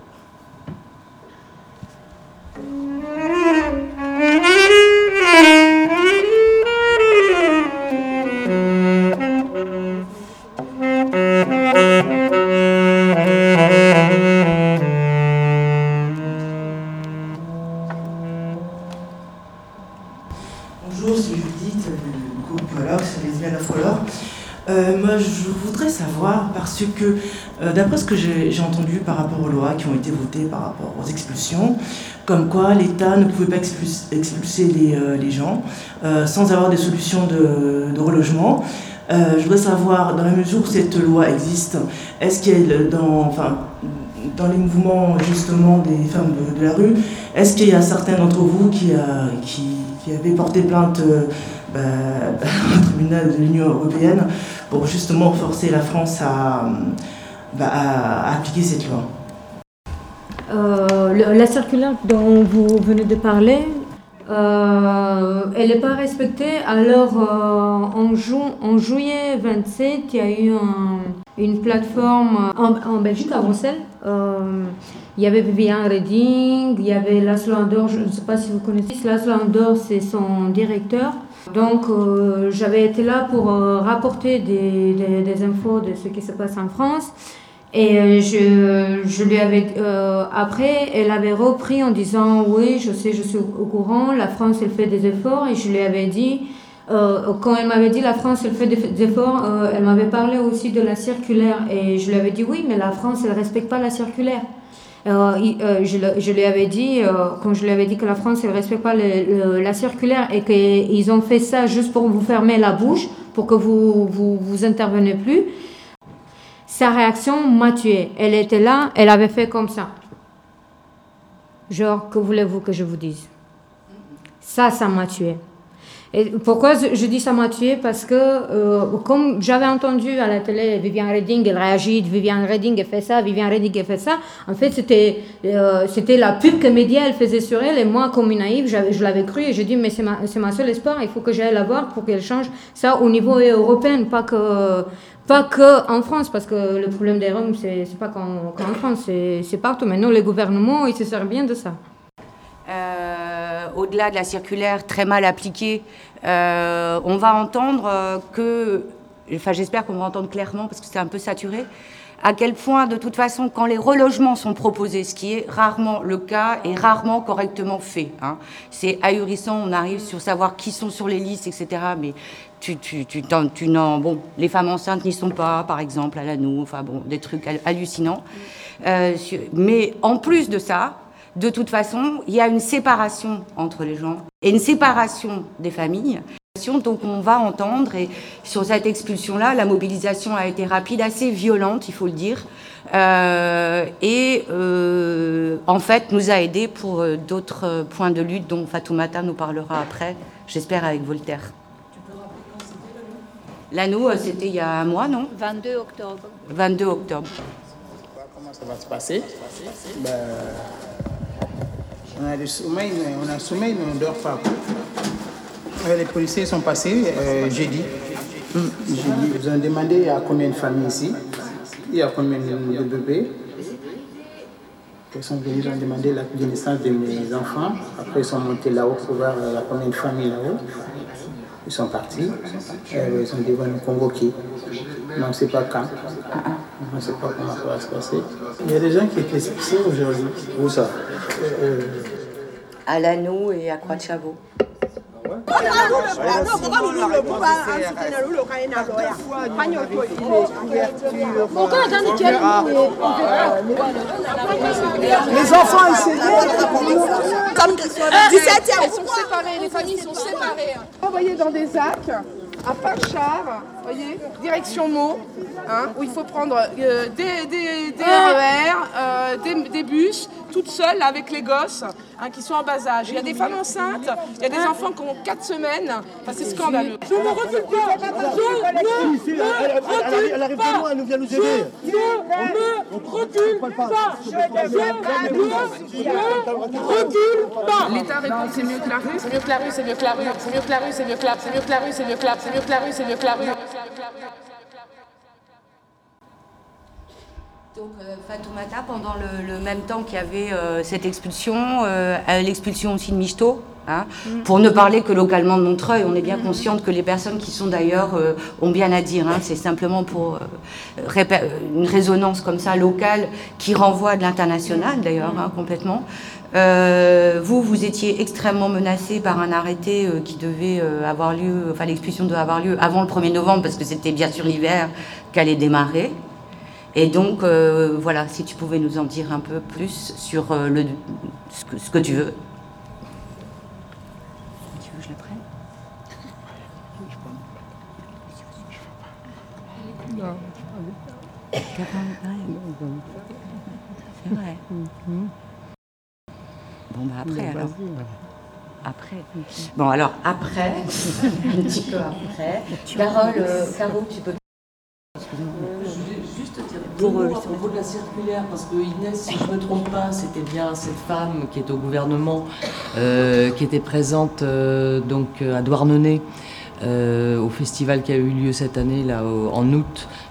Bonjour, c'est Judith du groupe voilà, c'est Lesbiennes Afro-Laure. Euh, moi, je voudrais savoir, parce que euh, d'après ce que j'ai entendu par rapport aux lois qui ont été votées par rapport aux expulsions, comme quoi l'État ne pouvait pas expulser, expulser les, euh, les gens euh, sans avoir des solutions de, de relogement. Euh, je voudrais savoir, dans la mesure où cette loi existe, est-ce qu'il y a dans, enfin, dans les mouvements justement des femmes de, de la rue, est-ce qu'il y a certains d'entre vous qui, a, qui, qui avaient porté plainte euh, bah, au tribunal de l'Union européenne pour justement forcer la France à, bah, à, à appliquer cette loi? Euh, la circulaire dont vous venez de parler, euh, elle n'est pas respectée. Alors, euh, en, ju en juillet vingt-sept, il y a eu un, une plateforme en, en Belgique, à Bruxelles. Euh, il y avait Viviane Reding, il y avait Laszlo Andor, je ne sais pas si vous connaissez. Laszlo Andor, c'est son directeur. Donc, euh, j'avais été là pour euh, rapporter des, des, des infos de ce qui se passe en France. Et je, je lui avais, euh, après, elle avait repris en disant « Oui, je sais, je suis au courant, la France, elle fait des efforts. » Et je lui avais dit euh, quand elle m'avait dit la France, elle fait des efforts, euh, elle m'avait parlé aussi de la circulaire. Et je lui avais dit oui, mais la France, elle ne respecte pas la circulaire. Euh, euh, je, je lui avais dit, euh, quand je lui avais dit que la France, elle ne respecte pas le, le, la circulaire et qu'ils ont fait ça juste pour vous fermer la bouche, pour que vous vous, vous intervenez plus, sa réaction m'a tuée. Elle était là, elle avait fait comme ça. Genre, que voulez-vous que je vous dise? Ça, ça m'a tuée. Et pourquoi je dis ça m'a tuée? Parce que, euh, comme j'avais entendu à la télé, Viviane Reding, elle réagit, Viviane Reding, elle fait ça, Viviane Reding, elle fait ça. En fait, c'était euh, c'était la pub que Média, elle faisait sur elle. Et moi, comme une naïve, je l'avais cru. Et j'ai dit, mais c'est ma, c'est ma seule espoir, il faut que j'aille la voir pour qu'elle change ça au niveau européen, pas que... Pas qu'en France, parce que le problème des Roms, c'est, c'est pas qu'en, qu'en France, c'est, c'est partout. Maintenant, les gouvernements, ils se servent bien de ça. Euh, au-delà de la circulaire très mal appliquée, euh, on va entendre euh, que, enfin j'espère qu'on va entendre clairement, parce que c'est un peu saturé, à quel point, de toute façon, quand les relogements sont proposés, ce qui est rarement le cas et rarement correctement fait, hein, c'est ahurissant, on arrive sur savoir qui sont sur les listes, et cetera, mais tu, tu, tu, tu n'en, bon, les femmes enceintes n'y sont pas, par exemple, à l'anneau, enfin bon, des trucs hallucinants. Euh, mais en plus de ça, de toute façon, il y a une séparation entre les gens et une séparation des familles. Donc on va entendre, et sur cette expulsion-là, la mobilisation a été rapide, assez violente, il faut le dire, euh, et euh, en fait nous a aidés pour euh, d'autres points de lutte dont Fatoumata nous parlera après, j'espère avec Voltaire. Tu peux rappeler quand c'était l'anneau? L'anneau, c'était il y a un mois, non? vingt-deux octobre. vingt-deux octobre. Comment ça va se passer? Ben, on a le sommeil, on a le sommeil, mais on ne dort pas. Les policiers sont passés euh, jeudi. Mmh. Jeudi. Ils ont demandé il y a combien de familles ici, il y a combien de bébés. Ils sont venus, ils ont demandé la naissance de mes enfants. Après, ils sont montés là-haut pour voir il y a combien de familles là-haut. Ils sont partis. Euh, ils ont dit nous convoquer. Mais on ne sait pas quand. On ne sait pas comment ça va se passer. Il y a des gens qui étaient expulsés aujourd'hui. Où ça? euh, À l'anneau et à Croix-de-Chavaux. Les enfants ici. Elles sont séparées, les familles sont séparées. Envoyées dans des sacs à Pinchard, voyez, direction Meaux, hein, où il faut prendre euh, des, des, des R E R, euh, des, des bus, toutes seules avec les gosses hein, qui sont en bas âge. Il y a des femmes enceintes, il y a des enfants qui ont quatre semaines, enfin, c'est scandaleux. Je ne recule pas, je ne recule pas, elle arrive de loin, elle nous vient nous aider. Je ne recule pas, je ne recule pas. L'État répond c'est mieux que la rue, c'est mieux que la rue, c'est mieux que la rue, c'est mieux que la rue, c'est mieux que la rue, c'est mieux que la rue, c'est mieux que la rue, c'est mieux que la rue, c'est mieux que la rue. Donc euh, Fatoumata, pendant le, le même temps qu'il y avait euh, cette expulsion, euh, l'expulsion aussi de Michto, hein, mm. pour ne parler que localement de Montreuil, on est bien mm. consciente que les personnes qui sont d'ailleurs euh, ont bien à dire, hein, c'est simplement pour euh, une résonance comme ça locale qui renvoie à de l'international d'ailleurs, mm. hein, complètement. Euh, vous, vous étiez extrêmement menacé par un arrêté euh, qui devait euh, avoir lieu, enfin l'expulsion devait avoir lieu avant le premier novembre parce que c'était bien sûr l'hiver qu'allait démarrer. Et donc, euh, voilà, si tu pouvais nous en dire un peu plus sur euh, le, ce, que, ce que tu veux. Tu veux que je la prenne? Non. C'est vrai. Bon, bah après, alors. Après. Bon, alors, après, un petit peu après. Carole, euh, Caro, tu peux... Juste dire deux mots à propos de la circulaire, parce que Inès, si je ne me trompe pas, c'était bien cette femme qui est au gouvernement, euh, qui était présente euh, donc à Douarnenez, euh, au festival qui a eu lieu cette année, là, au, en août,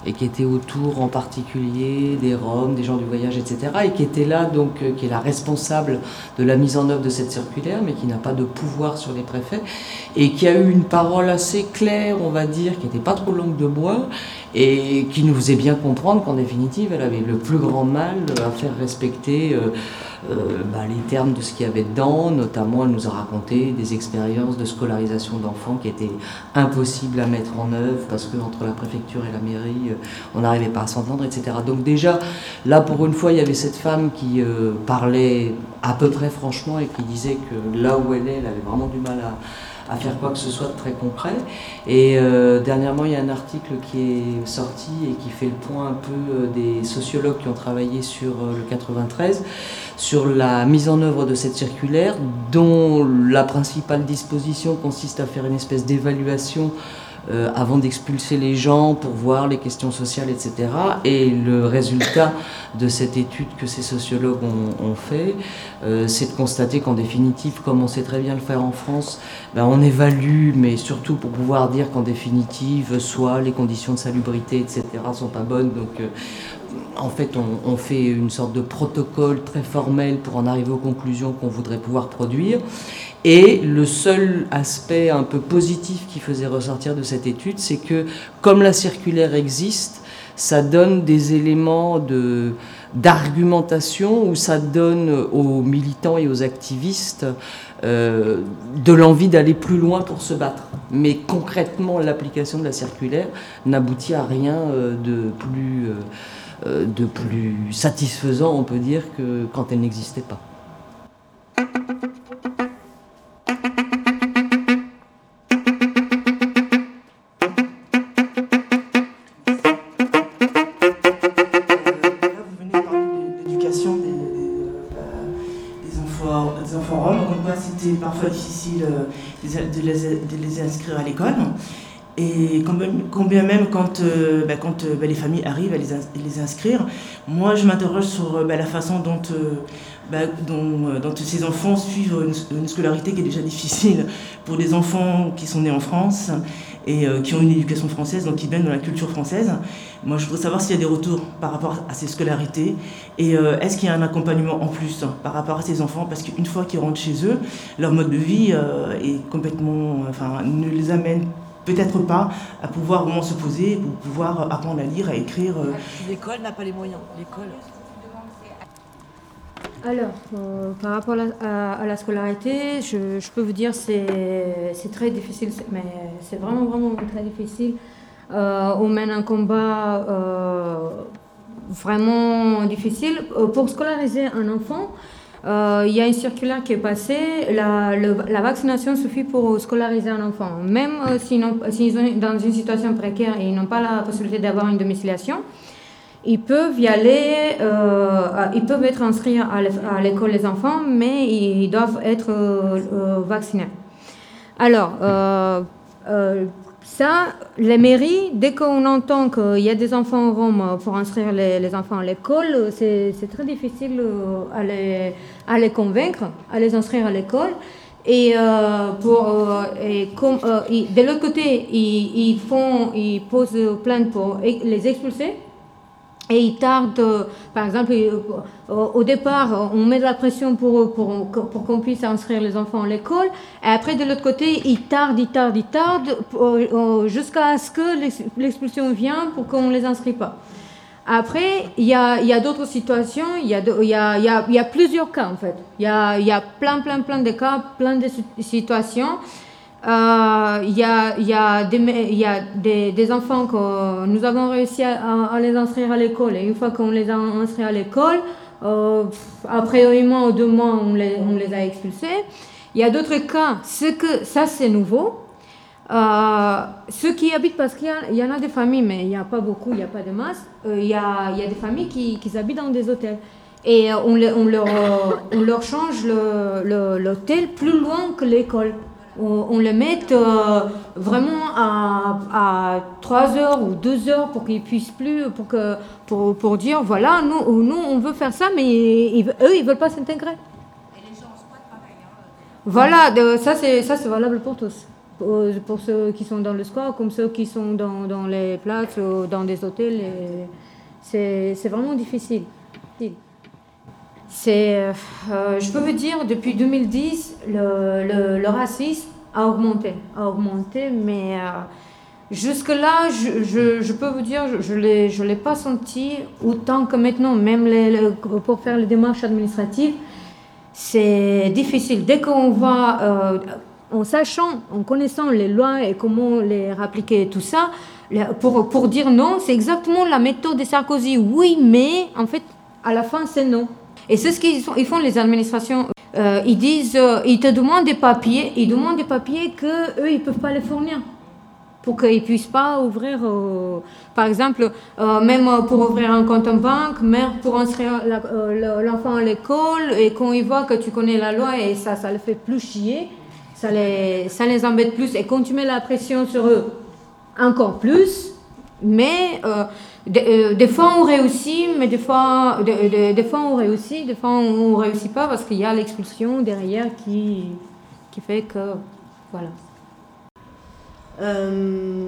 et qui était autour en particulier des Roms, des gens du voyage, et cetera, et qui était là, donc, euh, qui est la responsable de la mise en œuvre de cette circulaire, mais qui n'a pas de pouvoir sur les préfets, et qui a eu une parole assez claire, on va dire, qui n'était pas trop longue de bois, et qui nous faisait bien comprendre qu'en définitive, elle avait le plus grand mal à faire respecter euh, euh, bah, les termes de ce qu'il y avait dedans. Notamment, elle nous a raconté des expériences de scolarisation d'enfants qui étaient impossibles à mettre en œuvre parce qu'entre la préfecture et la mairie, euh, on n'arrivait pas à s'entendre, et cetera. Donc déjà, là, pour une fois, il y avait cette femme qui euh, parlait à peu près franchement et qui disait que là où elle est, elle avait vraiment du mal à à faire quoi que ce soit de très concret. Et euh, dernièrement, il y a un article qui est sorti et qui fait le point un peu euh, des sociologues qui ont travaillé sur euh, le quatre-vingt-treize, sur la mise en œuvre de cette circulaire, dont la principale disposition consiste à faire une espèce d'évaluation Euh, avant d'expulser les gens pour voir les questions sociales, et cetera. Et le résultat de cette étude que ces sociologues ont, ont fait, euh, c'est de constater qu'en définitive, comme on sait très bien le faire en France, ben on évalue, mais surtout pour pouvoir dire qu'en définitive, soit les conditions de salubrité, et cetera sont pas bonnes. Donc, euh, en fait, on, on fait une sorte de protocole très formel pour en arriver aux conclusions qu'on voudrait pouvoir produire. Et le seul aspect un peu positif qui faisait ressortir de cette étude, c'est que comme la circulaire existe, ça donne des éléments de, d'argumentation où ça donne aux militants et aux activistes euh, de l'envie d'aller plus loin pour se battre. Mais concrètement, l'application de la circulaire n'aboutit à rien euh, de plus, euh, de plus satisfaisant, on peut dire, que quand elle n'existait pas. C'était parfois difficile de les, de les inscrire à l'école. Et combien même quand, euh, bah, quand bah, les familles arrivent à les, à les inscrire, moi je m'interroge sur bah, la façon dont, euh, bah, dont, dont ces enfants suivent une, une scolarité qui est déjà difficile pour des enfants qui sont nés en France et euh, qui ont une éducation française, donc qui baignent dans la culture française. Moi je voudrais savoir s'il y a des retours par rapport à ces scolarités et euh, est-ce qu'il y a un accompagnement en plus hein, par rapport à ces enfants, parce qu'une fois qu'ils rentrent chez eux, leur mode de vie euh, est complètement, enfin, ne les amène peut-être pas à pouvoir vraiment se poser pour pouvoir apprendre à lire, à écrire. L'école n'a pas les moyens. L'école. Alors, euh, par rapport à la, à, à la scolarité, je, je peux vous dire que c'est, c'est très difficile, mais c'est vraiment, vraiment très difficile. Euh, on mène un combat euh, vraiment difficile. Pour scolariser un enfant, Euh, il y a une circulaire qui est passée, la, le, la vaccination suffit pour scolariser un enfant. Même euh, s'ils, s'ils sont dans une situation précaire et ils n'ont pas la possibilité d'avoir une domiciliation, ils peuvent y aller, euh, ils peuvent être inscrits à l'école les enfants, mais ils doivent être euh, euh, vaccinés. Alors, euh, euh, ça, les mairies, dès qu'on entend qu'il y a des enfants roms pour inscrire les, les enfants à l'école, c'est, c'est très difficile à les, à les convaincre, à les inscrire à l'école. Et, euh, pour, euh, et comme, euh, ils, de l'autre côté, ils, ils, font, ils posent plainte pour les expulser. Et ils tardent, par exemple, au départ, on met de la pression pour, pour, pour qu'on puisse inscrire les enfants à l'école. Et après, de l'autre côté, ils tardent, ils tardent, ils tardent, jusqu'à ce que l'expulsion vienne pour qu'on ne les inscrit pas. Après, il y a, y a d'autres situations, il y a, y, a, y, a, y a plusieurs cas en fait. Il y a, y a plein, plein, plein de cas, plein de situations. Il euh, y a, y a, des, y a des, des enfants que nous avons réussi à, à les inscrire à l'école. Et une fois qu'on les a inscrits à l'école, euh, après un mois ou deux mois, on les, on les a expulsés. Il y a d'autres cas, c'est que ça c'est nouveau. Euh, ceux qui habitent, parce qu'il y, y en a des familles, mais il n'y a pas beaucoup, il n'y a pas de masse, il euh, y, a, y a des familles qui, qui habitent dans des hôtels. Et on, les, on, leur, on leur change le, le, l'hôtel plus loin que l'école. On, on les met euh, vraiment à, à trois heures ou deux heures pour qu'ils puissent plus, pour, que, pour, pour dire voilà, nous, nous on veut faire ça, mais ils, eux ils ne veulent pas s'intégrer. Et les gens squattent pareil. Hein. Voilà, de, ça, c'est, ça c'est valable pour tous. pour, pour ceux qui sont dans le square comme ceux qui sont dans, dans les places ou dans des hôtels. Et c'est, c'est vraiment difficile. C'est, euh, je peux vous dire, depuis deux mille dix, le, le, le racisme a augmenté, a augmenté, mais euh, jusque-là, je, je, je peux vous dire, je ne je l'ai pas senti autant que maintenant, même les, les, pour faire les démarches administratives, c'est difficile. Dès qu'on va, euh, en sachant, en connaissant les lois et comment les appliquer et tout ça, pour, pour dire non, c'est exactement la méthode de Sarkozy. Oui, mais en fait, à la fin, c'est non. Et c'est ce qu'ils font, ils font les administrations. Euh, ils disent, euh, ils te demandent des papiers, ils demandent des papiers que eux ils peuvent pas les fournir, pour qu'ils puissent pas ouvrir, euh, par exemple, euh, même pour ouvrir un compte en banque, même pour inscrire la, euh, l'enfant à l'école, et quand ils voient que tu connais la loi et ça, ça les fait plus chier, ça les, ça les embête plus. Et quand tu mets la pression sur eux, encore plus. Mais euh, des, euh, des fois on réussit, mais des fois, des, des, des fois on réussit, des fois on ne réussit pas parce qu'il y a l'expulsion derrière qui, qui fait que, voilà. Euh,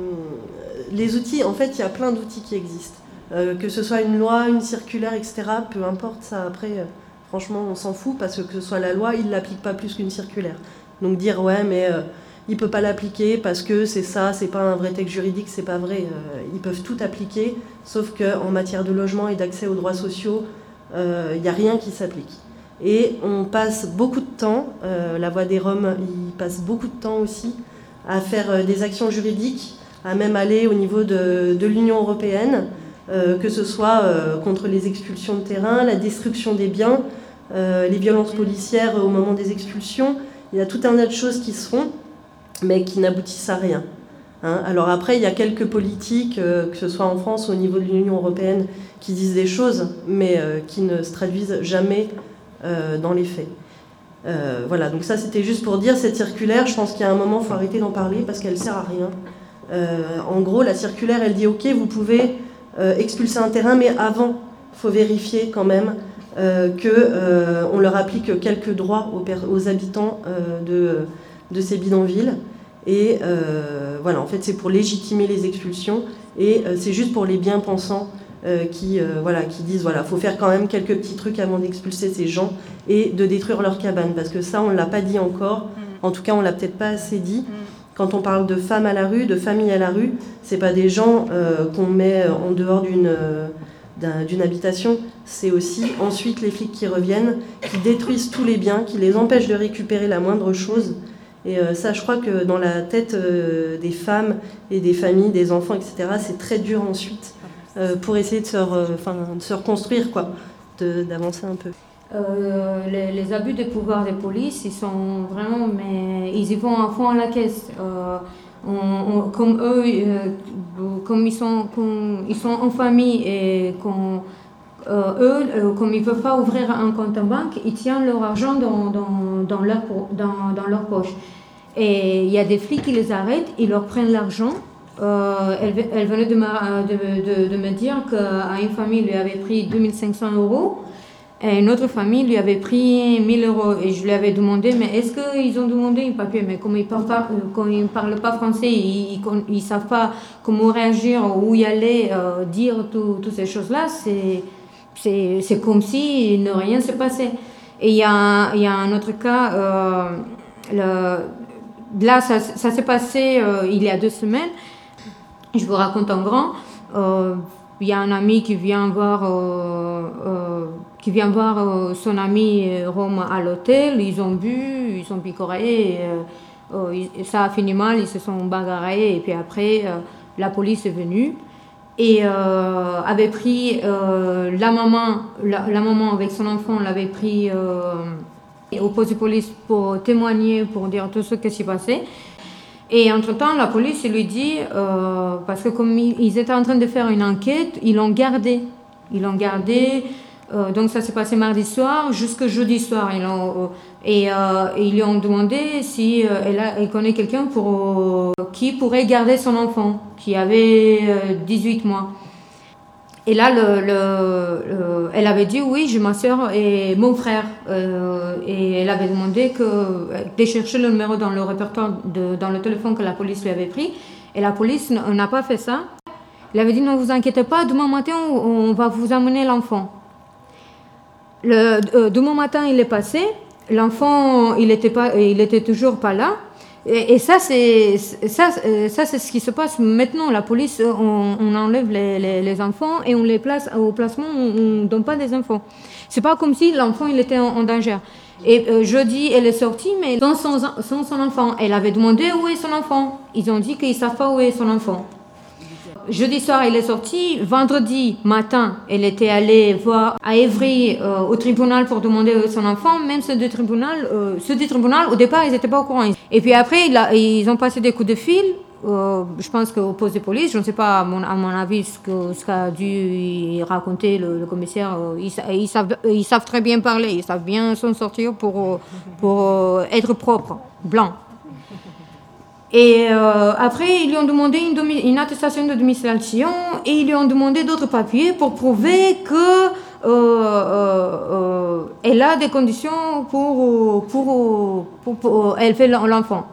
les outils, en fait, il y a plein d'outils qui existent. Euh, que ce soit une loi, une circulaire, et cetera, peu importe, ça après, euh, franchement, on s'en fout parce que que ce soit la loi, il ne l'applique pas plus qu'une circulaire. Donc dire, ouais, mais... Euh, il ne peut pas l'appliquer parce que c'est ça, c'est pas un vrai texte juridique, c'est pas vrai. Euh, ils peuvent tout appliquer, sauf qu'en matière de logement et d'accès aux droits sociaux, il euh, n'y a rien qui s'applique. Et on passe beaucoup de temps, euh, la Voix des Roms, ils passent beaucoup de temps aussi à faire euh, des actions juridiques, à même aller au niveau de, de l'Union européenne, euh, que ce soit euh, contre les expulsions de terrain, la destruction des biens, euh, les violences policières au moment des expulsions. Il y a tout un tas de choses qui se font, mais qui n'aboutissent à rien. Hein. Alors après, il y a quelques politiques, euh, que ce soit en France ou au niveau de l'Union européenne, qui disent des choses, mais euh, qui ne se traduisent jamais euh, dans les faits. Euh, voilà, donc ça c'était juste pour dire, cette circulaire, je pense qu'il y a un moment, il faut arrêter d'en parler parce qu'elle ne sert à rien. Euh, en gros, la circulaire, elle dit, ok, vous pouvez euh, expulser un terrain, mais avant, il faut vérifier quand même euh, qu'on euh, leur applique quelques droits aux, aux habitants euh, de... de ces bidonvilles. Et euh, voilà, en fait, c'est pour légitimer les expulsions. Et euh, c'est juste pour les bien-pensants euh, qui, euh, voilà, qui disent, voilà, faut faire quand même quelques petits trucs avant d'expulser ces gens et de détruire leurs cabanes. Parce que ça, on ne l'a pas dit encore. En tout cas, on ne l'a peut-être pas assez dit. Quand on parle de femmes à la rue, de familles à la rue, c'est pas des gens euh, qu'on met en dehors d'une... Euh, d'une habitation, c'est aussi ensuite les flics qui reviennent, qui détruisent tous les biens, qui les empêchent de récupérer la moindre chose. Et euh, ça, je crois que dans la tête euh, des femmes et des familles, des enfants, et cetera, c'est très dur ensuite euh, pour essayer de se, re, enfin, de se reconstruire, quoi, de, d'avancer un peu. Euh, les, les abus de pouvoir des polices, ils sont vraiment, mais ils y vont à fond à la caisse. Euh, on, on, comme eux, euh, comme ils sont, comme ils sont en famille et qu'on Euh, eux, euh, comme ils ne peuvent pas ouvrir un compte en banque, ils tiennent leur argent dans, dans, dans, leur, dans, dans leur poche. Et il y a des flics qui les arrêtent, ils leur prennent l'argent. Euh, elle, elle venait de me, de, de, de me dire qu'une famille lui avait pris deux mille cinq cents euros et une autre famille lui avait pris mille euros. Et je lui avais demandé, mais est-ce qu'ils ont demandé un papier? Mais comme ils ne parlent, parlent pas français, ils ne savent pas comment réagir, où y aller, euh, dire toutes ces choses-là, c'est... C'est, c'est comme si ne rien se passait. Et il y a, y a un autre cas, euh, le, là ça, ça s'est passé euh, il y a deux semaines, je vous raconte en grand, euh, il y a un ami qui vient voir, euh, euh, qui vient voir euh, son ami Rome à l'hôtel, ils ont bu, ils ont picoré, euh, euh, ça a fini mal, ils se sont bagarrés et puis après euh, la police est venue. Et euh, avait pris euh, la maman, la, la maman avec son enfant l'avait pris euh, au poste de police pour témoigner, pour dire tout ce qui s'est passé. Et entre-temps, la police lui dit, euh, parce que comme ils étaient en train de faire une enquête, ils l'ont gardé. Ils l'ont gardé, euh, donc ça s'est passé mardi soir jusqu'au jeudi soir. Ils l'ont, et euh, ils lui ont demandé si euh, elle, a, elle connaît quelqu'un pour, euh, qui pourrait garder son enfant, qui avait euh, dix-huit mois. Et là, le, le, le, elle avait dit oui, j'ai ma soeur et mon frère. Euh, et elle avait demandé que, de chercher le numéro dans le répertoire, de, dans le téléphone que la police lui avait pris. Et la police n'a pas fait ça. Elle avait dit ne vous inquiétez pas, demain matin, on, on va vous amener l'enfant. Le, euh, demain matin, il est passé. L'enfant, il était pas, il était toujours pas là. Et, et ça, c'est ça, ça, c'est ce qui se passe maintenant. La police, on, on enlève les, les, les enfants et on les place au placement. On ne donne pas des enfants. C'est pas comme si l'enfant il était en, en danger. Et euh, jeudi, elle est sortie, mais sans son, sans son enfant. Elle avait demandé où est son enfant. Ils ont dit qu'ils ne savent pas où est son enfant. Jeudi soir, elle est sortie. Vendredi matin, elle était allée voir à Évry, euh, au tribunal, pour demander où est son enfant. Même ceux du tribunal, euh, ceux du tribunal, au départ, ils n'étaient pas au courant. Et puis après, il a, ils ont passé des coups de fil. Euh, je pense qu'au poste de police, je ne sais pas, à mon, à mon avis, ce que ce qu'a dû raconter le, le commissaire. Euh, ils, ils, savent, ils savent très bien parler, ils savent bien s'en sortir pour, pour euh, être propres, blancs. Et euh, après, ils lui ont demandé une, domi- une attestation de domiciliation et ils lui ont demandé d'autres papiers pour prouver que euh, euh, euh, elle a des conditions pour, pour, pour, pour élever l'enfant.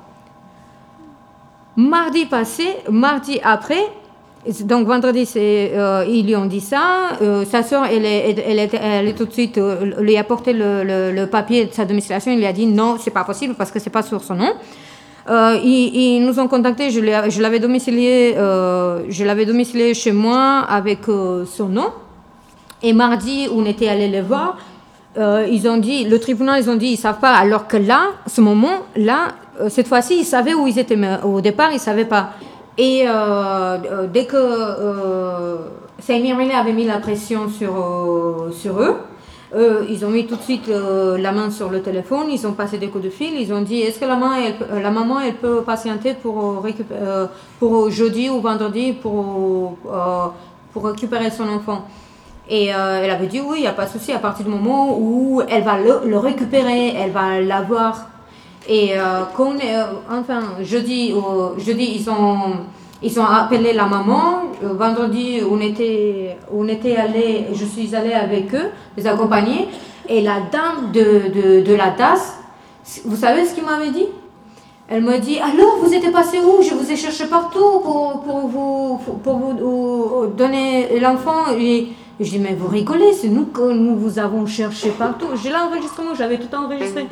Mardi passé, mardi après, donc vendredi, c'est, euh, ils lui ont dit ça. Euh, sa soeur, elle est, elle, est, elle est tout de suite euh, lui a apporté le, le, le papier de sa domiciliation. Il lui a dit non, c'est pas possible parce que c'est pas sur son nom. Euh, ils, ils nous ont contactés. Je, l'ai, je l'avais domicilié, euh, je l'avais domicilié chez moi avec euh, son nom. Et mardi, on était allé les voir. Euh, ils ont dit, le tribunal, ils ont dit, ils savent pas. Alors que là, ce moment-là, euh, cette fois-ci, ils savaient où ils étaient. Mais au départ, ils savaient pas. Et euh, euh, dès que euh, Samir Millet avait mis la pression sur euh, sur eux. Euh, ils ont mis tout de suite euh, la main sur le téléphone, ils ont passé des coups de fil, ils ont dit est-ce que la, main, elle, la maman elle peut patienter pour, récup- euh, pour jeudi ou vendredi pour, euh, pour récupérer son enfant. Et euh, elle avait dit oui, il n'y a pas de souci, à partir du moment où elle va le, le récupérer, elle va l'avoir. Et euh, quand, euh, enfin, jeudi, euh, jeudi ils ont... Ils ont appelé la maman. Euh, vendredi, on était, on était allé, je suis allée avec eux, les accompagner. Et la dame de, de, de la D A S, vous savez ce qu'elle m'avait dit? Elle m'a dit alors, vous étiez passé où? Je vous ai cherché partout pour, pour, vous, pour vous donner l'enfant. Et je dis mais vous rigolez, c'est nous que nous vous avons cherché partout. J'ai l'enregistrement, j'avais tout enregistré.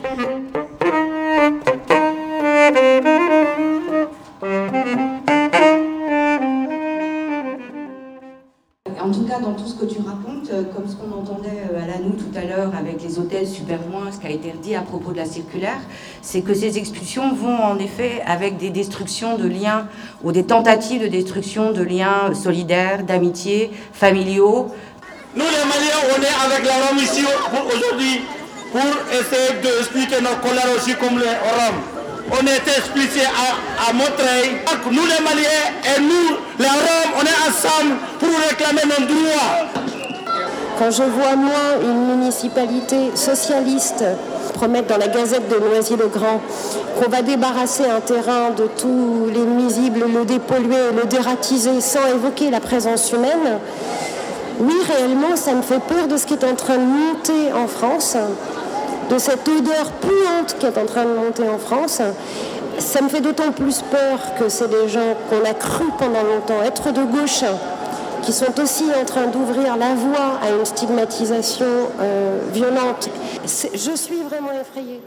En tout cas, dans tout ce que tu racontes, comme ce qu'on entendait à l'Anou tout à l'heure avec les hôtels super loin, ce qui a été dit à propos de la circulaire, c'est que ces expulsions vont en effet avec des destructions de liens ou des tentatives de destruction de liens solidaires, d'amitié, familiaux. Nous les Maliens, on est avec la Rome ici pour aujourd'hui pour essayer d'expliquer notre colère aussi comme les Roms. On était expulsés à, à Montreuil. Nous les Maliens et nous les Roms, on est ensemble pour réclamer nos droits. Quand je vois moi une municipalité socialiste promettre dans la Gazette de Noisy-le-Grand qu'on va débarrasser un terrain de tous les nuisibles, le dépolluer, le dératiser sans évoquer la présence humaine, oui réellement ça me fait peur de ce qui est en train de monter en France. De cette odeur puante qui est en train de monter en France. Ça me fait d'autant plus peur que c'est des gens qu'on a cru pendant longtemps être de gauche, qui sont aussi en train d'ouvrir la voie à une stigmatisation euh, violente. C'est, je suis vraiment effrayée.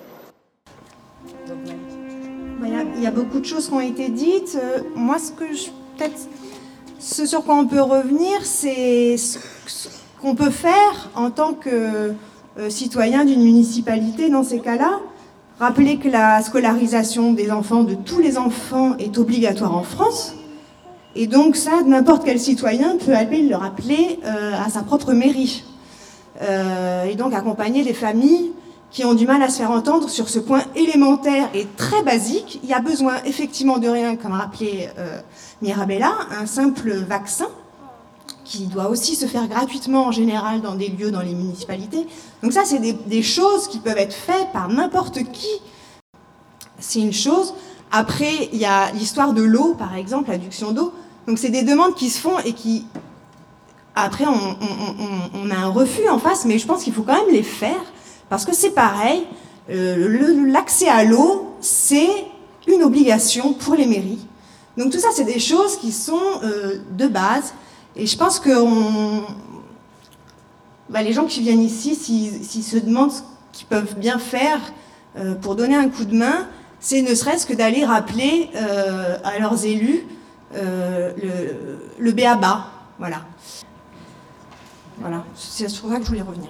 Il y a beaucoup de choses qui ont été dites. Euh, moi, ce que je, peut-être, ce sur quoi on peut revenir, c'est ce qu'on peut faire en tant que Euh, citoyens d'une municipalité dans ces cas-là. Rappeler que la scolarisation des enfants, de tous les enfants, est obligatoire en France. Et donc ça, n'importe quel citoyen peut aller le rappeler euh, à sa propre mairie. Euh, et donc accompagner les familles qui ont du mal à se faire entendre sur ce point élémentaire et très basique. Il y a besoin effectivement de rien, comme rappelait euh, Mirabella, un simple vaccin qui doit aussi se faire gratuitement en général dans des lieux, dans les municipalités. Donc ça, c'est des, des choses qui peuvent être faites par n'importe qui. C'est une chose. Après, il y a l'histoire de l'eau, par exemple, l'adduction d'eau. Donc c'est des demandes qui se font et qui, après, on, on, on, on a un refus en face, mais je pense qu'il faut quand même les faire, parce que c'est pareil, euh, le, l'accès à l'eau, c'est une obligation pour les mairies. Donc tout ça, c'est des choses qui sont euh, de base, et je pense que on, bah, les gens qui viennent ici, s'ils, s'ils se demandent ce qu'ils peuvent bien faire euh, pour donner un coup de main, c'est ne serait-ce que d'aller rappeler euh, à leurs élus euh, le, le b a ba, voilà. Voilà, c'est sur ça que je voulais revenir.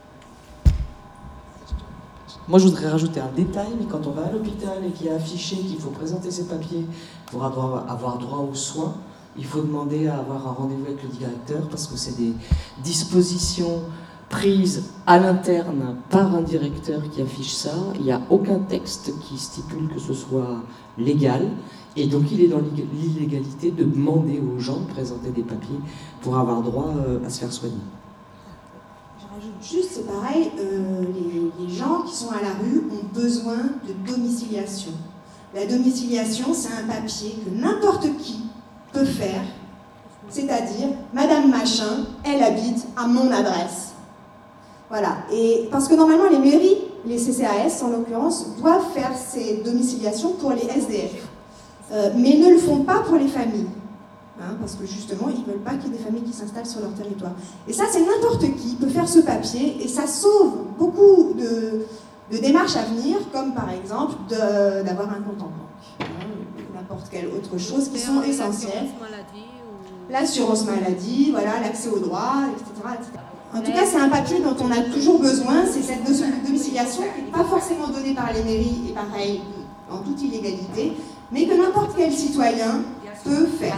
Moi, je voudrais rajouter un détail, mais quand on va à l'hôpital et qu'il y a affiché qu'il faut présenter ses papiers pour avoir, avoir droit aux soins, il faut demander à avoir un rendez-vous avec le directeur, parce que c'est des dispositions prises à l'interne par un directeur qui affiche ça. Il n'y a aucun texte qui stipule que ce soit légal, et donc il est dans l'illégalité de demander aux gens de présenter des papiers pour avoir droit à se faire soigner. Juste, c'est pareil, euh, les, les gens qui sont à la rue ont besoin de domiciliation. La domiciliation, c'est un papier que n'importe qui peut faire, c'est-à-dire, Madame Machin, elle habite à mon adresse. Voilà, et parce que normalement, les mairies, les C C A S en l'occurrence, doivent faire ces domiciliations pour les S D F, euh, mais ne le font pas pour les familles. Hein, parce que justement, ils ne veulent pas qu'il y ait des familles qui s'installent sur leur territoire. Et ça, c'est n'importe qui peut faire ce papier, et ça sauve beaucoup de, de démarches à venir, comme par exemple de, d'avoir un compte en banque, hein, ou n'importe quelle autre chose qui sont essentielles. L'assurance maladie, voilà, l'accès aux droits, et cetera, et cetera. En tout cas, c'est un papier dont on a toujours besoin, c'est cette notion de domiciliation qui n'est pas forcément donnée par les mairies, et pareil, en toute illégalité, mais que n'importe quel citoyen peut faire.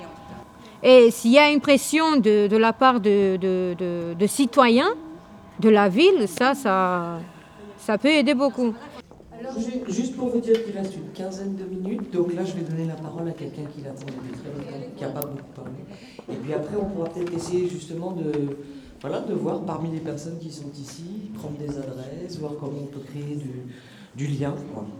Et s'il y a une pression de, de la part de, de, de, de citoyens de la ville, ça, ça, ça peut aider beaucoup. Alors, juste pour vous dire qu'il reste une quinzaine de minutes, donc là je vais donner la parole à quelqu'un qui l'attend depuis très longtemps, qui n'a pas beaucoup parlé. Et puis après on pourra peut-être essayer justement de, voilà, de voir parmi les personnes qui sont ici, prendre des adresses, voir comment on peut créer du, du lien. Voilà.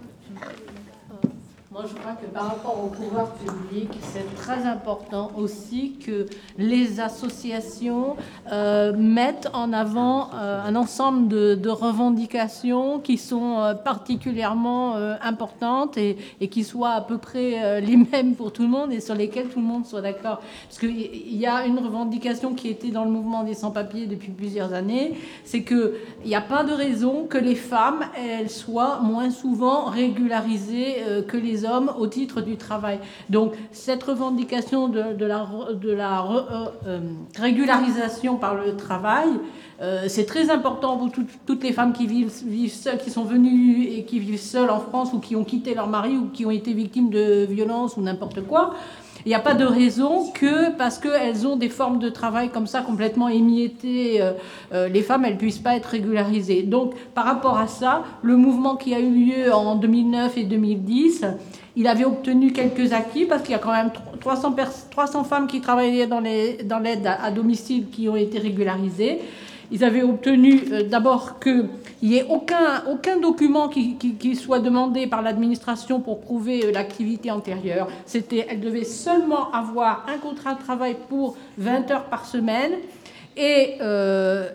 Moi, je crois que par rapport au pouvoir public, c'est très important aussi que les associations euh, mettent en avant euh, un ensemble de, de revendications qui sont euh, particulièrement euh, importantes et, et qui soient à peu près euh, les mêmes pour tout le monde et sur lesquelles tout le monde soit d'accord. Parce qu'il y a une revendication qui était dans le mouvement des sans-papiers depuis plusieurs années, c'est qu'il n'y a pas de raison que les femmes, elles soient moins souvent régularisées euh, que les hommes au titre du travail. Donc cette revendication de, de la, de la re, euh, régularisation par le travail, euh, c'est très important pour tout, toutes les femmes qui vivent, vivent seules, qui sont venues et qui vivent seules en France ou qui ont quitté leur mari ou qui ont été victimes de violences ou n'importe quoi. Il n'y a pas de raison que, parce qu'elles ont des formes de travail comme ça complètement émiettées, euh, euh, les femmes, elles ne puissent pas être régularisées. Donc, par rapport à ça, le mouvement qui a eu lieu en deux mille neuf et deux mille dix, il avait obtenu quelques acquis parce qu'il y a quand même trois cents, trois cents femmes qui travaillaient dans, les, dans l'aide à, à domicile qui ont été régularisées. Ils avaient obtenu euh, d'abord qu'il n'y ait aucun, aucun document qui, qui, qui soit demandé par l'administration pour prouver euh, l'activité antérieure. C'était, elles devaient seulement avoir un contrat de travail pour vingt heures par semaine. Et, euh,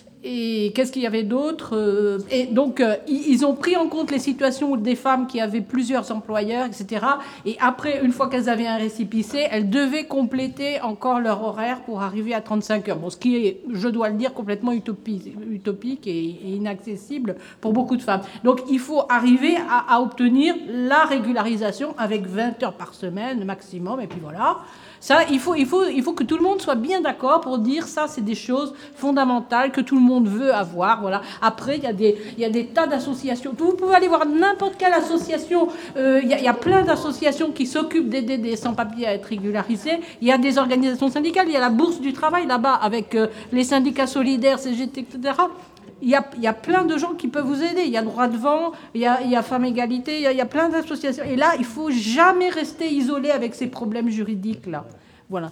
et qu'est-ce qu'il y avait d'autre ? Et donc, euh, ils ont pris en compte les situations des femmes qui avaient plusieurs employeurs, et cetera. Et après, une fois qu'elles avaient un récépissé, elles devaient compléter encore leur horaire pour arriver à trente-cinq heures. Bon, ce qui est, je dois le dire, complètement utopique, utopique et, et inaccessible pour beaucoup de femmes. Donc, il faut arriver à, à obtenir la régularisation avec vingt heures par semaine maximum. Et puis voilà. Ça, il faut, il faut, il faut que tout le monde soit bien d'accord pour dire ça, c'est des choses fondamentales que tout le monde veut avoir. Voilà. Après, il y a des, il y a des tas d'associations. Vous pouvez aller voir n'importe quelle association. Euh, il y a, il y a plein d'associations qui s'occupent d'aider des sans-papiers à être régularisés. Il y a des organisations syndicales. Il y a la Bourse du Travail là-bas avec euh, les syndicats solidaires, C G T, et cetera. Il y, a, il y a plein de gens qui peuvent vous aider. Il y a Droit Devant, il y a, il y a Femmes Égalité, il y a, il y a plein d'associations. Et là, il ne faut jamais rester isolé avec ces problèmes juridiques-là. Voilà.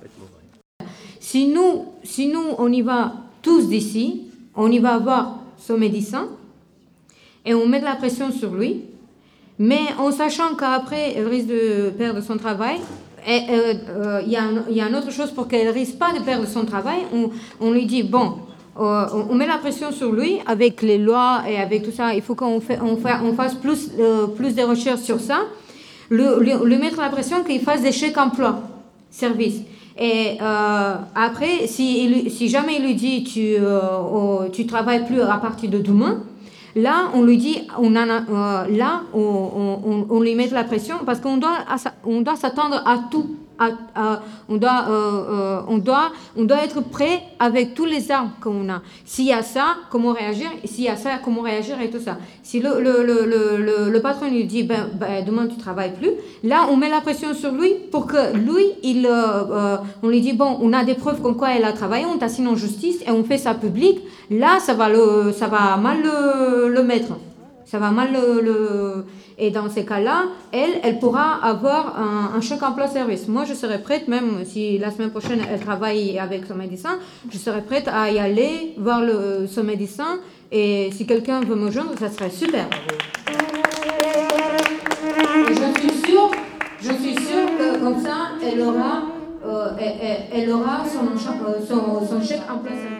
Si nous, si nous, on y va tous d'ici, on y va voir son médecin et on met de la pression sur lui, mais en sachant qu'après, elle risque de perdre son travail, Et il euh, euh, y, y a une autre chose pour qu'elle ne risque pas de perdre son travail. On, on lui dit, bon, euh, on, on met la pression sur lui avec les lois et avec tout ça. Il faut qu'on fait, on fait, on fasse plus, euh, plus de recherches sur ça. Le, lui, lui mettre la pression qu'il fasse des chèques emploi, service. Et euh, après, si, il, si jamais il lui dit tu euh, oh, tu travailles plus à partir de demain, là on lui dit on en a, euh, là on, on, on lui met la pression parce qu'on doit on doit s'attendre à tout. À, à, on, doit, euh, euh, on, doit, on doit être prêt avec tous les armes qu'on a. S'il y a ça, comment réagir? S'il y a ça, comment réagir et tout ça. Si le, le, le, le, le patron lui dit ben, ben, demain tu ne travailles plus, là on met la pression sur lui pour que lui, il, euh, on lui dit bon, on a des preuves comme quoi elle a travaillé, on t'assigne en justice et on fait ça public. Là, ça va, le, ça va mal le, le mettre. Ça va mal le, le... Et dans ces cas-là, elle, elle pourra avoir un, un chèque emploi-service. Moi, je serais prête, même si la semaine prochaine, elle travaille avec son médecin, je serais prête à y aller, voir le, son médecin. Et si quelqu'un veut me joindre, ça serait super. Et je suis sûre, je suis sûre que comme ça, elle aura, euh, elle, elle, elle aura son, son, son chèque emploi-service.